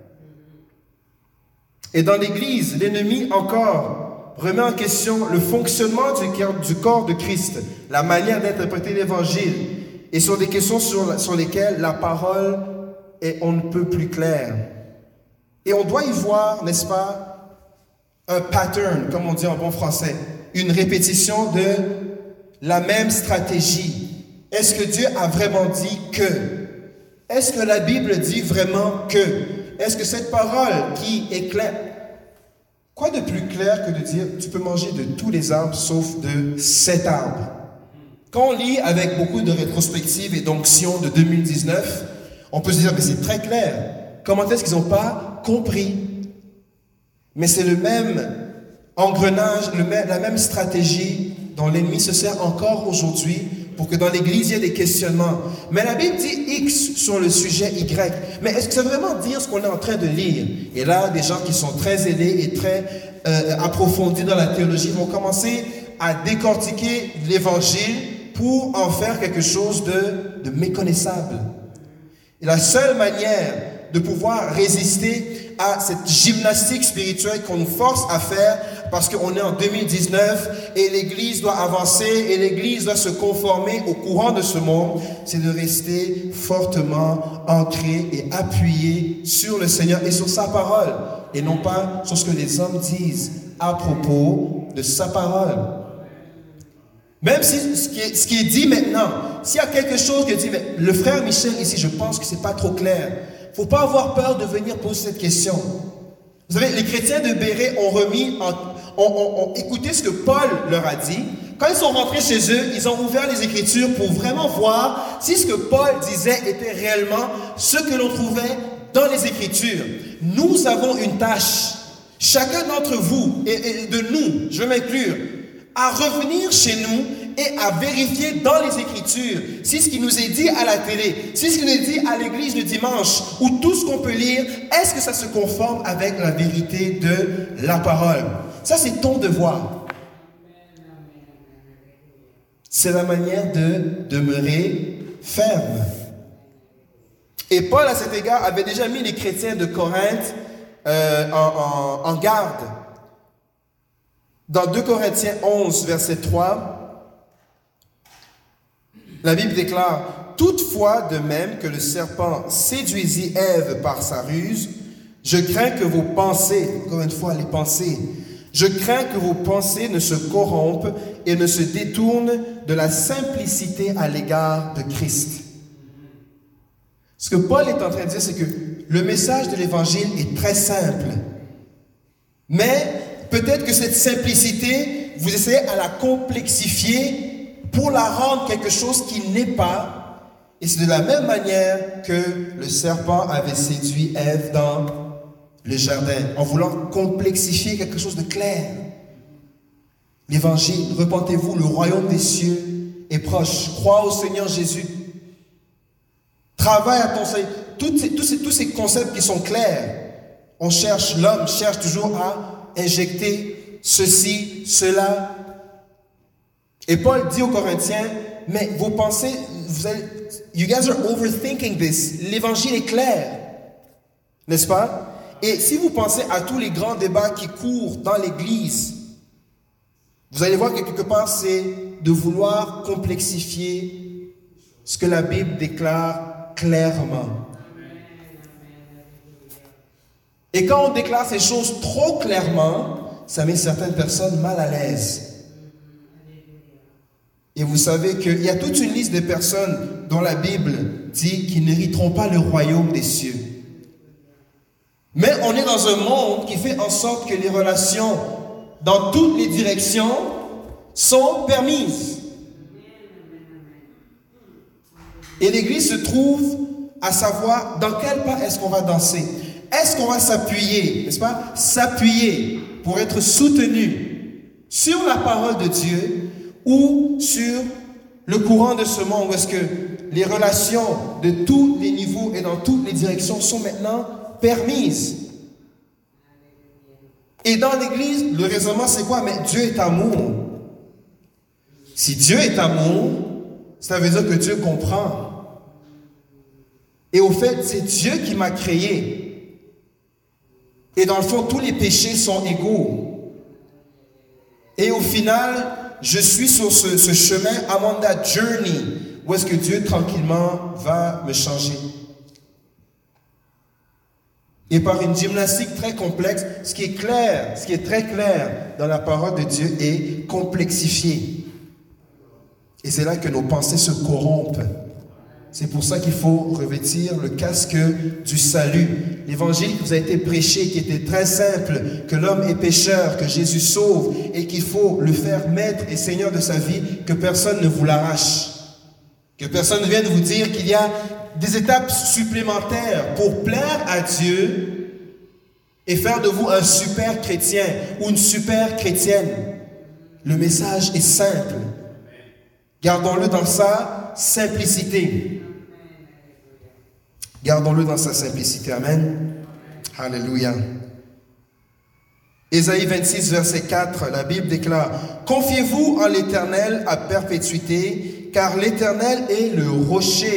Et dans l'Église, l'ennemi encore remet en question le fonctionnement du corps de Christ, la manière d'interpréter l'Évangile, et sur des questions sur lesquelles la parole est on ne peut plus claire. Et on doit y voir, n'est-ce pas, un pattern, comme on dit en bon français, une répétition de la même stratégie. Est-ce que Dieu a vraiment dit que? Est-ce que la Bible dit vraiment que? Est-ce que cette parole qui est claire? Quoi de plus clair que de dire tu peux manger de tous les arbres sauf de cet arbre? Quand on lit avec beaucoup de rétrospective et d'onction de 2019, on peut se dire mais c'est très clair. Comment est-ce qu'ils n'ont pas compris? Mais c'est le même engrenage, la même stratégie dont l'ennemi se sert encore aujourd'hui pour que dans l'Église, il y ait des questionnements. Mais la Bible dit X sur le sujet Y. Mais est-ce que ça veut vraiment dire ce qu'on est en train de lire? Et là, des gens qui sont très zélés et très approfondis dans la théologie vont commencer à décortiquer l'Évangile pour en faire quelque chose de méconnaissable. Et la seule manière de pouvoir résister à cette gymnastique spirituelle qu'on nous force à faire, parce qu'on est en 2019 et l'Église doit avancer et l'Église doit se conformer au courant de ce monde, c'est de rester fortement ancré et appuyé sur le Seigneur et sur sa parole, et non pas sur ce que les hommes disent à propos de sa parole. Même si ce qui est dit maintenant, s'il y a quelque chose que dit, mais le frère Michel ici, je pense que c'est pas trop clair. Faut pas avoir peur de venir poser cette question. Vous savez, les chrétiens de Béret ont écouté ce que Paul leur a dit. Quand ils sont rentrés chez eux, ils ont ouvert les Écritures pour vraiment voir si ce que Paul disait était réellement ce que l'on trouvait dans les Écritures. Nous avons une tâche, chacun d'entre vous et de nous, je veux m'inclure, à revenir chez nous et à vérifier dans les Écritures si ce qui nous est dit à la télé, si ce qui nous est dit à l'église le dimanche, ou tout ce qu'on peut lire, est-ce que ça se conforme avec la vérité de la parole? Ça, c'est ton devoir. C'est la manière de demeurer ferme. Et Paul, à cet égard, avait déjà mis les chrétiens de Corinthe en garde. Dans 2 Corinthiens 11, verset 3, la Bible déclare « Toutefois, de même que le serpent séduisit Ève par sa ruse, je crains que vos pensées, encore une fois, les pensées, je crains que vos pensées ne se corrompent et ne se détournent de la simplicité à l'égard de Christ. » Ce que Paul est en train de dire, c'est que le message de l'Évangile est très simple. Mais peut-être que cette simplicité, vous essayez à la complexifier pour la rendre quelque chose qui n'est pas. Et c'est de la même manière que le serpent avait séduit Ève dans le jardin, en voulant complexifier quelque chose de clair. L'Évangile, repentez-vous, le royaume des cieux est proche. Crois au Seigneur Jésus. Travaille à ton Seigneur. Tous ces concepts qui sont clairs. L'homme cherche toujours à injecter ceci, cela. Et Paul dit aux Corinthiens, mais vos pensées, you guys are overthinking this. L'évangile est clair. N'est-ce pas? Et si vous pensez à tous les grands débats qui courent dans l'église, vous allez voir que quelque part, c'est de vouloir complexifier ce que la Bible déclare clairement. Et quand on déclare ces choses trop clairement, ça met certaines personnes mal à l'aise. Et vous savez qu'il y a toute une liste de personnes dont la Bible dit qu'ils n'hériteront pas le royaume des cieux. Mais on est dans un monde qui fait en sorte que les relations dans toutes les directions sont permises. Et l'Église se trouve à savoir dans quel pas est-ce qu'on va danser. Est-ce qu'on va s'appuyer, n'est-ce pas? S'appuyer pour être soutenu sur la parole de Dieu ou sur le courant de ce monde où est-ce que les relations de tous les niveaux et dans toutes les directions sont maintenant permises. Et dans l'Église, le raisonnement c'est quoi? Mais Dieu est amour. Si Dieu est amour, ça veut dire que Dieu comprend. Et au fait, c'est Dieu qui m'a créé. Et dans le fond, tous les péchés sont égaux. Et au final, je suis sur ce chemin, I'm on that journey, où est-ce que Dieu tranquillement va me changer. Et par une gymnastique très complexe, ce qui est très clair dans la parole de Dieu est complexifié. Et c'est là que nos pensées se corrompent. C'est pour ça qu'il faut revêtir le casque du salut. L'évangile qui vous a été prêché, qui était très simple, que l'homme est pécheur, que Jésus sauve et qu'il faut le faire maître et seigneur de sa vie, que personne ne vous l'arrache. Que personne ne vienne vous dire qu'il y a des étapes supplémentaires pour plaire à Dieu et faire de vous un super chrétien ou une super chrétienne. Le message est simple. Gardons-le dans sa simplicité. Gardons-le dans sa simplicité. Amen. Alléluia. Ésaïe 26, verset 4, la Bible déclare « Confiez-vous en l'Éternel à perpétuité, car l'Éternel est le rocher. »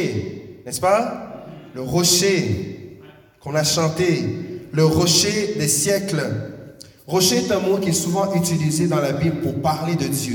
N'est-ce pas? Le rocher qu'on a chanté, le rocher des siècles. Rocher est un mot qui est souvent utilisé dans la Bible pour parler de Dieu.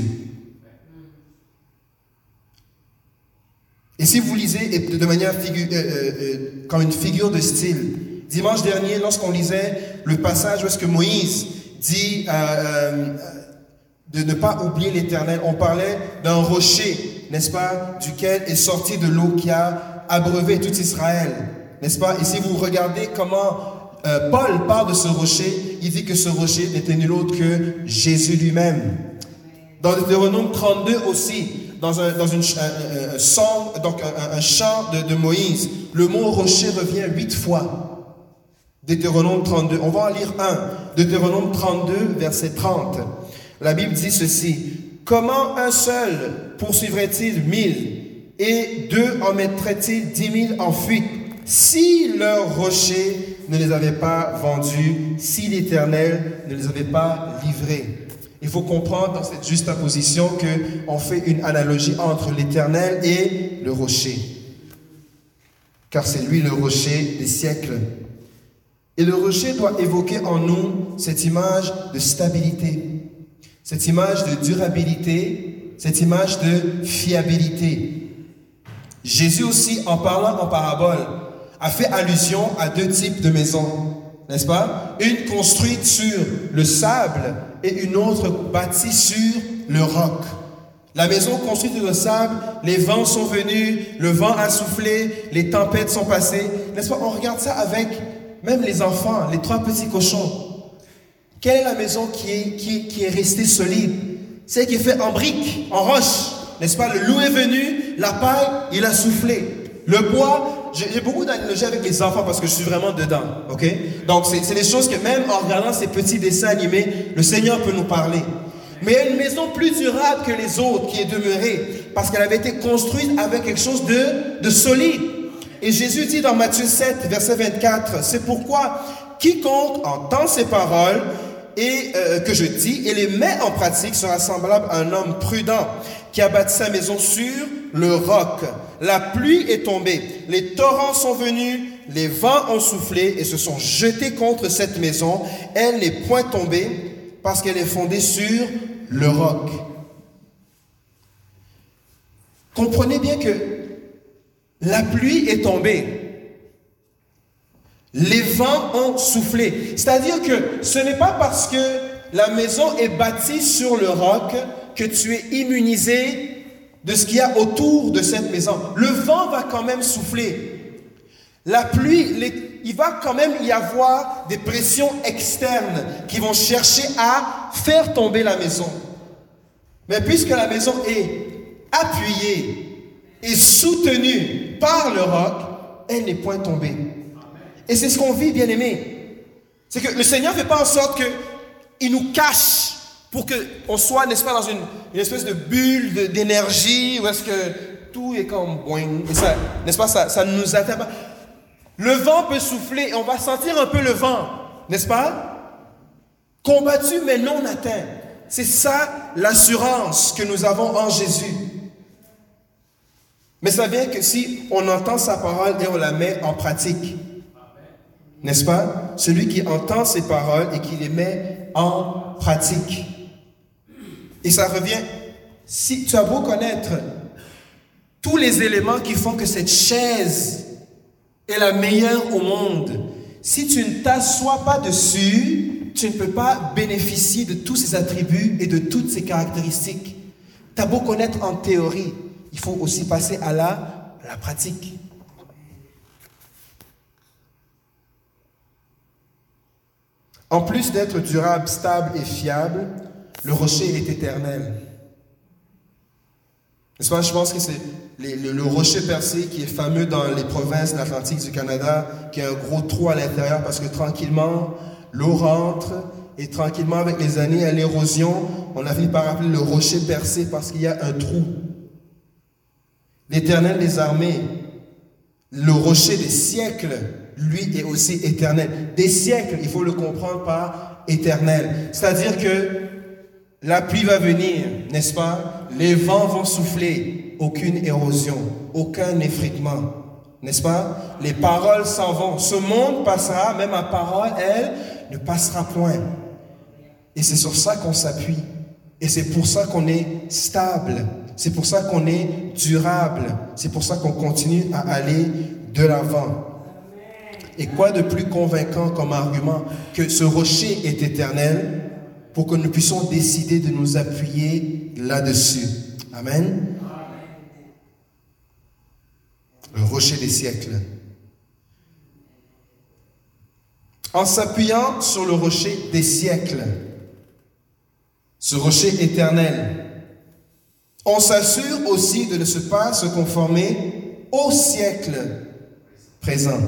Et si vous lisez de manière comme une figure de style, dimanche dernier, lorsqu'on lisait le passage où est-ce que Moïse dit de ne pas oublier l'Éternel, on parlait d'un rocher, n'est-ce pas, duquel est sortie de l'eau qui a abreuvé tout Israël, n'est-ce pas? Et si vous regardez comment Paul parle de ce rocher, il dit que ce rocher n'était nul autre que Jésus lui-même. Dans Deutéronome 32 aussi, dans un chant de Moïse, le mot rocher revient 8 fois. Deutéronome 32, on va en lire un. Deutéronome 32, verset 30. La Bible dit ceci: comment un seul poursuivrait-il 1000 et deux en mettrait-il 10 000 en fuite, si leur rocher ne les avait pas vendus, si l'Éternel ne les avait pas livrés? Il faut comprendre dans cette juxtaposition qu'on fait une analogie entre l'Éternel et le rocher. Car c'est lui le rocher des siècles. Et le rocher doit évoquer en nous cette image de stabilité, cette image de durabilité, cette image de fiabilité. Jésus aussi, en parlant en parabole, a fait allusion à 2 types de maisons, n'est-ce pas? Une construite sur le sable et une autre bâtie sur le roc. La maison construite sur le sable, les vents sont venus, le vent a soufflé, les tempêtes sont passées. N'est-ce pas? On regarde ça avec même les enfants, les 3 petits cochons. Quelle est la maison qui est restée solide? Celle qui est faite en briques, en roche. N'est-ce pas? Le loup est venu, la paille, il a soufflé. Le bois, j'ai beaucoup d'analogies avec les enfants parce que je suis vraiment dedans, ok? Donc c'est des choses que même en regardant ces petits dessins animés, le Seigneur peut nous parler. Mais il y a une maison plus durable que les autres qui est demeurée parce qu'elle avait été construite avec quelque chose de solide. Et Jésus dit dans Matthieu 7, verset 24, c'est pourquoi quiconque entend ces paroles et que je dis et les met en pratique sera semblable à un homme prudent qui a bâti sa maison sur le roc. La pluie est tombée, les torrents sont venus, les vents ont soufflé et se sont jetés contre cette maison. Elle n'est point tombée parce qu'elle est fondée sur le roc. Comprenez bien que la pluie est tombée. Les vents ont soufflé. C'est-à-dire que ce n'est pas parce que la maison est bâtie sur le roc que tu es immunisé de ce qu'il y a autour de cette maison. Le vent va quand même souffler. La pluie, il va quand même y avoir des pressions externes qui vont chercher à faire tomber la maison. Mais puisque la maison est appuyée et soutenue par le roc, elle n'est point tombée. Et c'est ce qu'on vit, bien-aimés. C'est que le Seigneur ne fait pas en sorte qu'il nous cache pour qu'on soit, n'est-ce pas, dans une espèce de bulle d'énergie où est-ce que tout est comme boing. Et ça, n'est-ce pas, ça ne nous atteint pas. Le vent peut souffler et on va sentir un peu le vent, n'est-ce pas? Combattu mais non atteint. C'est ça l'assurance que nous avons en Jésus. Mais ça vient que si on entend sa parole et on la met en pratique. N'est-ce pas? Celui qui entend ses paroles et qui les met en pratique. Et ça revient, si tu as beau connaître tous les éléments qui font que cette chaise est la meilleure au monde, si tu ne t'assois pas dessus, tu ne peux pas bénéficier de tous ses attributs et de toutes ses caractéristiques. Tu as beau connaître en théorie, il faut aussi passer à la pratique. En plus d'être durable, stable et fiable, le rocher est éternel. N'est-ce pas? Je pense que c'est le rocher percé qui est fameux dans les provinces de l'Atlantique du Canada, qui a un gros trou à l'intérieur parce que tranquillement, l'eau rentre et tranquillement, avec les années, à l'érosion, on a fini par appeler le rocher percé parce qu'il y a un trou. L'Éternel des armées, le rocher des siècles, lui est aussi éternel. Des siècles, il faut le comprendre par éternel. C'est-à-dire que la pluie va venir, n'est-ce pas? Les vents vont souffler, aucune érosion, aucun effritement, n'est-ce pas? Les paroles s'en vont. Ce monde passera, même ma parole, elle, ne passera point. Et c'est sur ça qu'on s'appuie. Et c'est pour ça qu'on est stable. C'est pour ça qu'on est durable. C'est pour ça qu'on continue à aller de l'avant. Et quoi de plus convaincant comme argument que ce rocher est éternel pour que nous puissions décider de nous appuyer là-dessus. Amen. Le rocher des siècles. en s'appuyant sur le rocher des siècles, ce rocher éternel. On s'assure aussi de ne pas se conformer au siècle présent.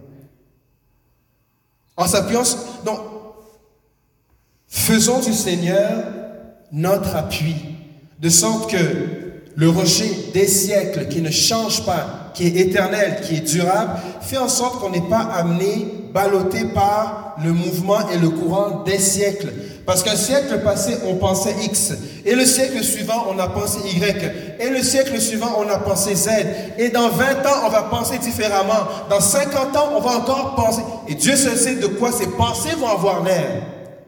En s'appuyant, donc, faisons du Seigneur notre appui, de sorte que le rocher des siècles qui ne change pas, qui est éternel, qui est durable, fait en sorte qu'on n'est pas amené, ballotté par le mouvement et le courant des siècles. Parce qu'un siècle passé, on pensait X. Et le siècle suivant, on a pensé Y. Et le siècle suivant, on a pensé Z. Et dans 20 ans, on va penser différemment. Dans 50 ans, on va encore penser. Et Dieu seul sait de quoi ces pensées vont avoir l'air.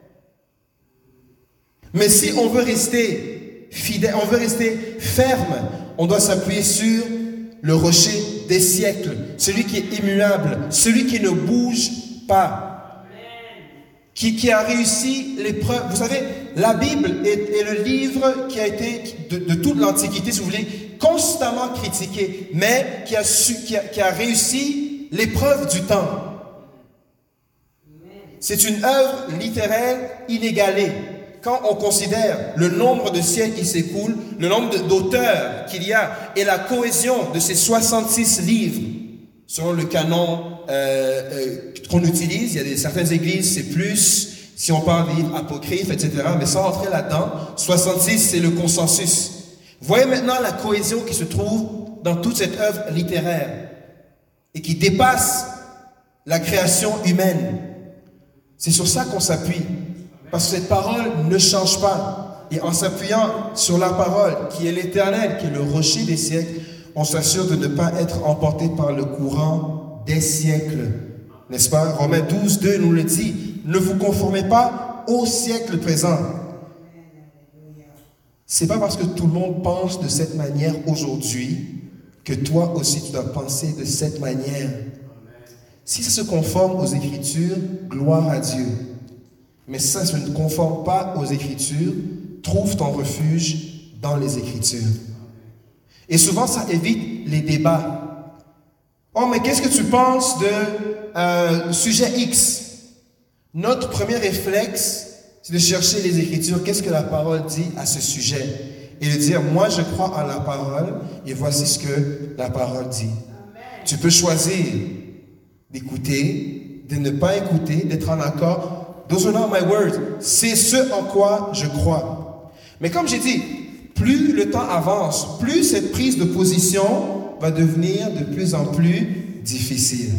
Mais si on veut rester fidèle, on veut rester ferme, on doit s'appuyer sur le rocher des siècles, celui qui est immuable, celui qui ne bouge pas, qui a réussi l'épreuve. Vous savez, la Bible est le livre qui a été, de toute l'Antiquité, si vous voulez, constamment critiqué, mais qui a réussi l'épreuve du temps. C'est une œuvre littéraire inégalée. Quand on considère le nombre de siècles qui s'écoulent, le nombre d'auteurs qu'il y a et la cohésion de ces 66 livres, selon le canon qu'on utilise, il y a certaines églises, c'est plus, si on parle des livres apocryphes, etc., mais sans rentrer là-dedans, 66, c'est le consensus. Voyez maintenant la cohésion qui se trouve dans toute cette œuvre littéraire et qui dépasse la création humaine. C'est sur ça qu'on s'appuie. Parce que cette parole ne change pas. Et en s'appuyant sur la parole, qui est l'éternel, qui est le rocher des siècles, on s'assure de ne pas être emporté par le courant des siècles. N'est-ce pas? Romains 12, 2 nous le dit. Ne vous conformez pas au siècle présent. C'est pas parce que tout le monde pense de cette manière aujourd'hui que toi aussi tu dois penser de cette manière. Si ça se conforme aux Écritures, gloire à Dieu. Mais si ça ne conforme pas aux Écritures, trouve ton refuge dans les Écritures. Et souvent, ça évite les débats. Oh, mais qu'est-ce que tu penses de sujet X? Notre premier réflexe, c'est de chercher les Écritures. Qu'est-ce que la parole dit à ce sujet? Et de dire, moi, je crois en la parole, et voici ce que la parole dit. Amen. Tu peux choisir d'écouter, de ne pas écouter, d'être en accord. Those are not my words. C'est ce en quoi je crois. Mais comme j'ai dit, plus le temps avance, plus cette prise de position va devenir de plus en plus difficile.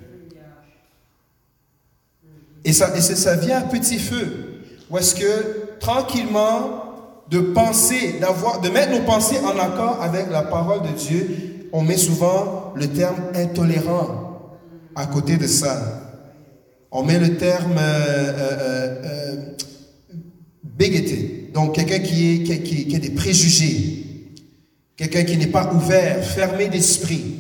Et ça vient à petit feu. Où est-ce que, tranquillement, de mettre nos pensées en accord avec la parole de Dieu, on met souvent le terme intolérant à côté de ça. On met le terme bigoted, donc quelqu'un qui a des préjugés, quelqu'un qui n'est pas ouvert, fermé d'esprit.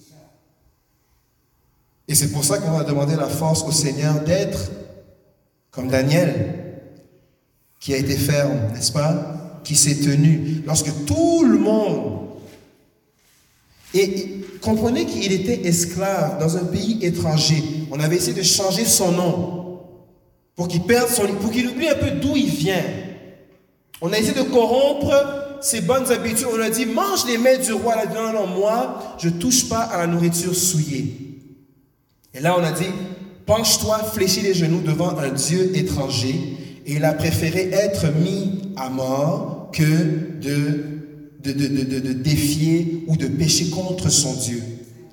Et c'est pour ça qu'on va demander la force au Seigneur d'être comme Daniel, qui a été ferme, n'est-ce pas? Qui s'est tenu lorsque tout le monde... Et comprenez qu'il était esclave dans un pays étranger. On avait essayé de changer son nom pour qu'il perde pour qu'il oublie un peu d'où il vient. On a essayé de corrompre ses bonnes habitudes. On lui a dit, mange les mets du roi. Elle a dit, non, moi, je ne touche pas à la nourriture souillée. Et là, on a dit, penche-toi, fléchis les genoux devant un Dieu étranger. Et il a préféré être mis à mort que de défier ou de pécher contre son Dieu.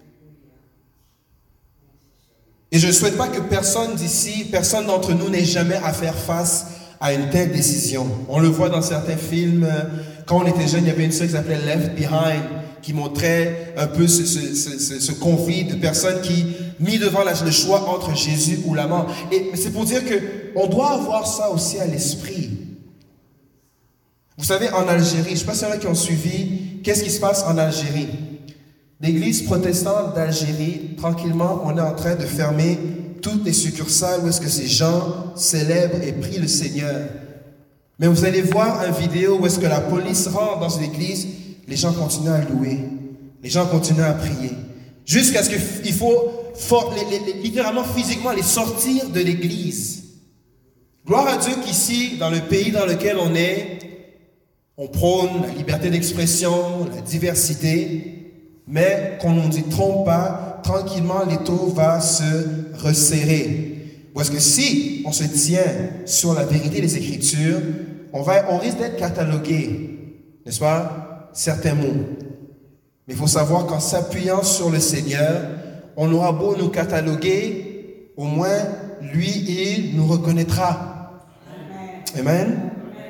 Et je ne souhaite pas que personne d'ici, personne d'entre nous n'ait jamais à faire face à une telle décision. On le voit dans certains films. Quand on était jeune, il y avait une série qui s'appelait Left Behind, qui montrait un peu ce conflit de personnes qui, mis devant le choix entre Jésus ou la mort. Et c'est pour dire qu'on doit avoir ça aussi à l'esprit. Vous savez, en Algérie, je ne sais pas si il y en a qui ont suivi, qu'est-ce qui se passe en Algérie? L'église protestante d'Algérie, tranquillement, on est en train de fermer toutes les succursales où est-ce que ces gens célèbrent et prient le Seigneur. Mais vous allez voir une vidéo où est-ce que la police rentre dans une église, les gens continuent à louer, les gens continuent à prier. Jusqu'à ce qu'il faut littéralement, physiquement, les sortir de l'Église. Gloire à Dieu qu'ici, dans le pays dans lequel on est, on prône la liberté d'expression, la diversité, mais qu'on ne nous trompe pas, tranquillement, l'étau va se resserrer. Parce que si on se tient sur la vérité des Écritures, on risque d'être catalogué, n'est-ce pas, certains mots. Mais il faut savoir qu'en s'appuyant sur le Seigneur, on aura beau nous cataloguer, au moins, lui, il nous reconnaîtra. Amen. Amen.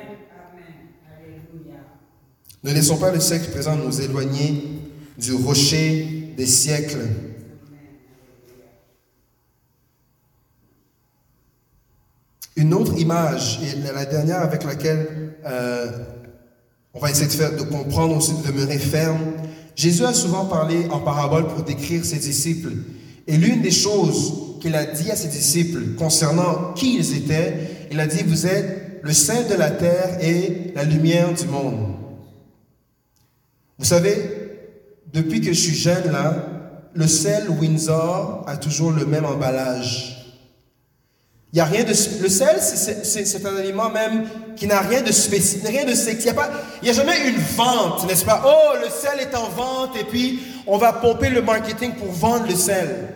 Ne laissons pas le siècle présent nous éloigner du rocher des siècles. Une autre image, et la dernière avec laquelle on va essayer de comprendre aussi, de demeurer ferme. Jésus a souvent parlé en parabole pour décrire ses disciples. Et l'une des choses qu'il a dit à ses disciples concernant qui ils étaient, il a dit, vous êtes le sel de la terre et la lumière du monde. Vous savez, depuis que je suis jeune là, le sel Windsor a toujours le même emballage. Il y a rien de le sel, c'est un aliment même qui n'a rien de spécial, rien de sexy. Il n'y a jamais une vente, n'est-ce pas? Oh, le sel est en vente et puis on va pomper le marketing pour vendre le sel.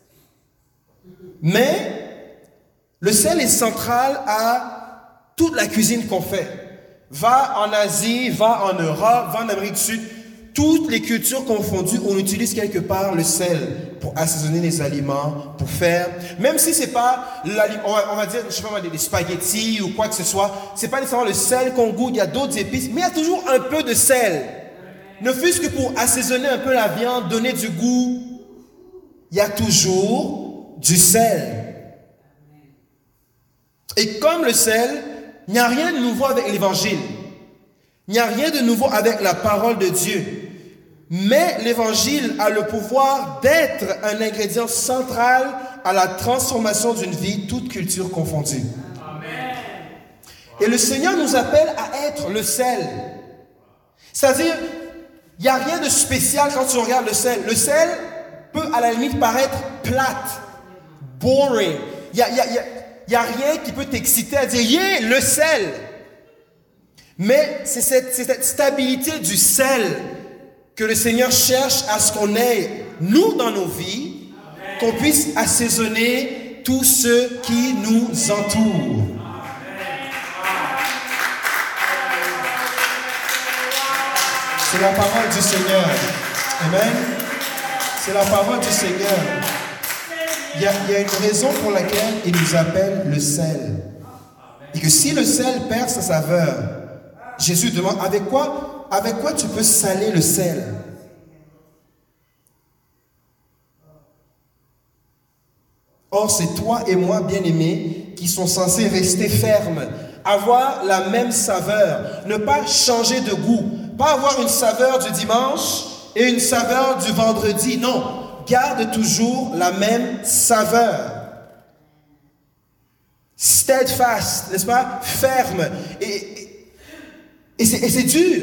Mais le sel est central à toute la cuisine qu'on fait. Va en Asie, va en Europe, va en Amérique du Sud. Toutes les cultures confondues, on utilise quelque part le sel pour assaisonner les aliments, pour faire, même si c'est pas, on va dire, je sais pas, des spaghettis ou quoi que ce soit, c'est pas nécessairement le sel qu'on goûte, il y a d'autres épices, mais il y a toujours un peu de sel. Ne fût-ce que pour assaisonner un peu la viande, donner du goût, il y a toujours du sel. Et comme le sel, il n'y a rien de nouveau avec l'évangile. Il n'y a rien de nouveau avec la parole de Dieu. Mais l'évangile a le pouvoir d'être un ingrédient central à la transformation d'une vie, toute culture confondue. Amen. Et le Seigneur nous appelle à être le sel. C'est-à-dire, il n'y a rien de spécial quand tu regardes le sel. Le sel peut à la limite paraître plate, boring. Il n'y a rien qui peut t'exciter à dire « Yeah, le sel !» Mais c'est cette stabilité du sel que le Seigneur cherche à ce qu'on ait, nous, dans nos vies, qu'on puisse assaisonner tout ce qui nous entoure. C'est la parole du Seigneur. Amen. C'est la parole du Seigneur. Il y a une raison pour laquelle il nous appelle le sel. Et que si le sel perd sa saveur, Jésus demande, avec quoi tu peux saler le sel? Or, c'est toi et moi, bien-aimés, qui sont censés rester fermes, avoir la même saveur, ne pas changer de goût, pas avoir une saveur du dimanche et une saveur du vendredi. Non, garde toujours la même saveur. Steadfast, n'est-ce pas? Ferme. Et c'est dur.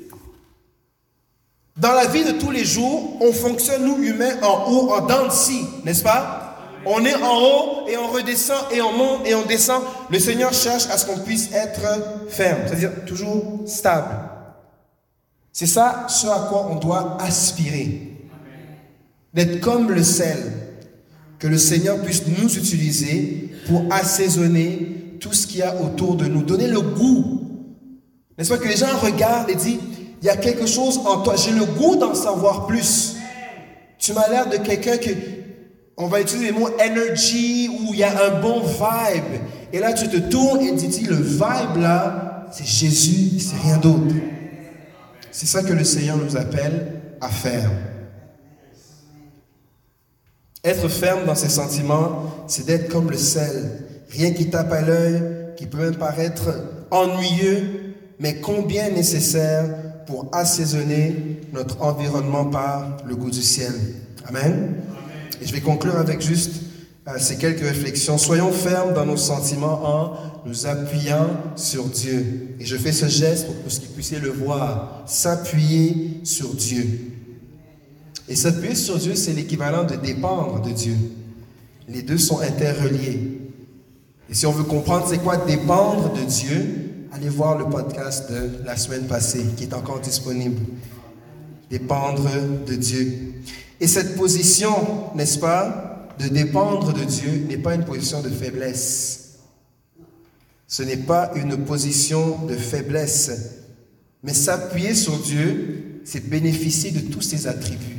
Dans la vie de tous les jours, on fonctionne, nous humains, en haut, en dents de scie, n'est-ce pas? On est en haut et on redescend et on monte et on descend. Le Seigneur cherche à ce qu'on puisse être ferme, c'est-à-dire toujours stable. C'est ça ce à quoi on doit aspirer. D'être comme le sel. Que le Seigneur puisse nous utiliser pour assaisonner tout ce qu'il y a autour de nous. Donner le goût. N'est-ce pas que les gens regardent et disent, il y a quelque chose en toi, j'ai le goût d'en savoir plus. Tu m'as l'air de quelqu'un que, on va utiliser les mots energy, où il y a un bon vibe. Et là, tu te tournes et tu dis, le vibe là, c'est Jésus, c'est rien d'autre. C'est ça que le Seigneur nous appelle à faire. Être ferme dans ses sentiments, c'est d'être comme le sel. Rien qui tape à l'œil, qui peut même paraître ennuyeux, mais combien nécessaire pour assaisonner notre environnement par le goût du ciel. Amen. Et je vais conclure avec juste ces quelques réflexions. Soyons fermes dans nos sentiments en nous appuyant sur Dieu. Et je fais ce geste pour que vous puissiez le voir. S'appuyer sur Dieu. Et s'appuyer sur Dieu, c'est l'équivalent de dépendre de Dieu. Les deux sont interreliés. Et si on veut comprendre c'est quoi dépendre de Dieu, allez voir le podcast de la semaine passée qui est encore disponible. Dépendre de Dieu. Et cette position, n'est-ce pas, de dépendre de Dieu n'est pas une position de faiblesse. Ce n'est pas une position de faiblesse. Mais s'appuyer sur Dieu, c'est bénéficier de tous ses attributs.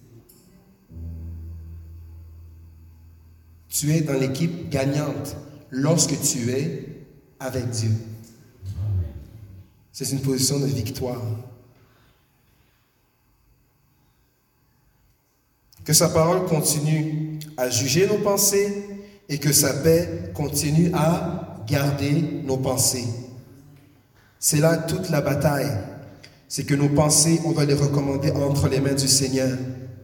Tu es dans l'équipe gagnante lorsque tu es avec Dieu. C'est une position de victoire. Que sa parole continue à juger nos pensées et que sa paix continue à garder nos pensées. C'est là toute la bataille. C'est que nos pensées, on va les recommander entre les mains du Seigneur.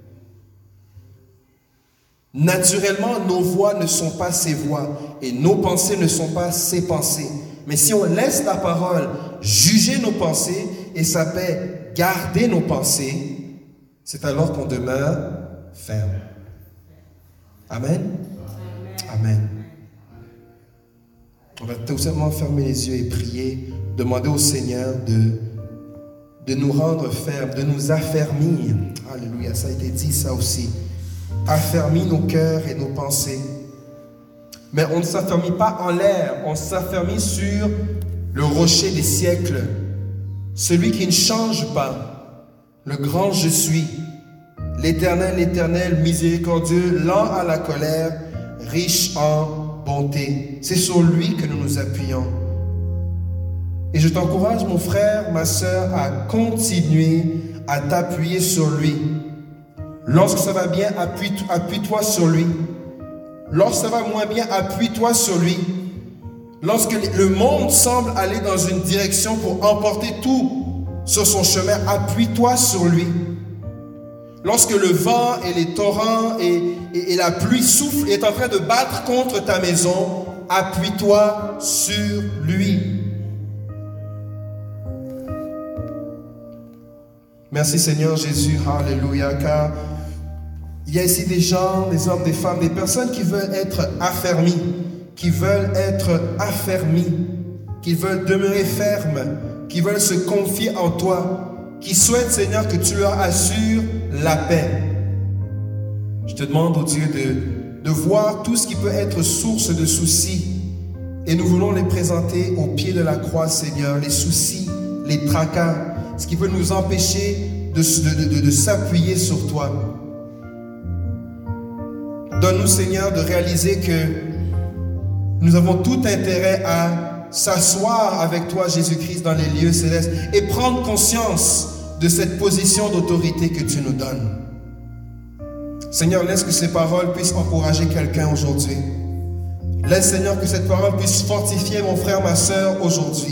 Naturellement, nos voix ne sont pas ses voix et nos pensées ne sont pas ses pensées. Mais si on laisse la parole juger nos pensées et sa paix garder nos pensées, c'est alors qu'on demeure ferme. Amen. Amen. On va tout simplement fermer les yeux et prier, demander au Seigneur de nous rendre fermes, de nous affermir. Alléluia, ça a été dit ça aussi. Affermir nos cœurs et nos pensées. Mais on ne s'affermit pas en l'air, on s'affermit sur le rocher des siècles, celui qui ne change pas, le grand je suis, l'éternel, miséricordieux, lent à la colère, riche en bonté. C'est sur lui que nous nous appuyons. Et je t'encourage, mon frère, ma soeur, à continuer à t'appuyer sur lui. Lorsque ça va bien, appuie-toi sur lui. Lorsque ça va moins bien, appuie-toi sur lui. Lorsque le monde semble aller dans une direction pour emporter tout sur son chemin, appuie-toi sur lui. Lorsque le vent et les torrents et la pluie soufflent et est en train de battre contre ta maison, appuie-toi sur lui. Merci Seigneur Jésus, alléluia, car il y a ici des gens, des hommes, des femmes, des personnes qui veulent être affermis, qui veulent demeurer fermes, qui veulent se confier en toi, qui souhaitent, Seigneur, que tu leur assures la paix. Je te demande, oh Dieu, de voir tout ce qui peut être source de soucis, et nous voulons les présenter au pied de la croix, Seigneur, les soucis, les tracas, ce qui peut nous empêcher de s'appuyer sur toi. Donne-nous, Seigneur, de réaliser que nous avons tout intérêt à s'asseoir avec toi, Jésus-Christ, dans les lieux célestes et prendre conscience de cette position d'autorité que tu nous donnes. Seigneur, laisse que ces paroles puissent encourager quelqu'un aujourd'hui. Laisse, Seigneur, que cette parole puisse fortifier mon frère, ma soeur, aujourd'hui.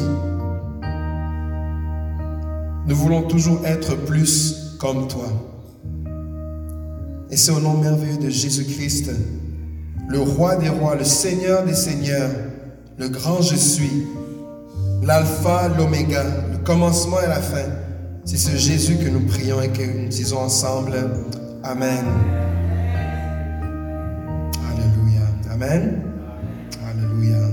Nous voulons toujours être plus comme toi. Et c'est au nom merveilleux de Jésus-Christ, le roi des rois, le Seigneur des seigneurs, le grand je suis, l'alpha, l'oméga, le commencement et la fin. C'est ce Jésus que nous prions et que nous disons ensemble. Amen. Alléluia. Amen. Alléluia.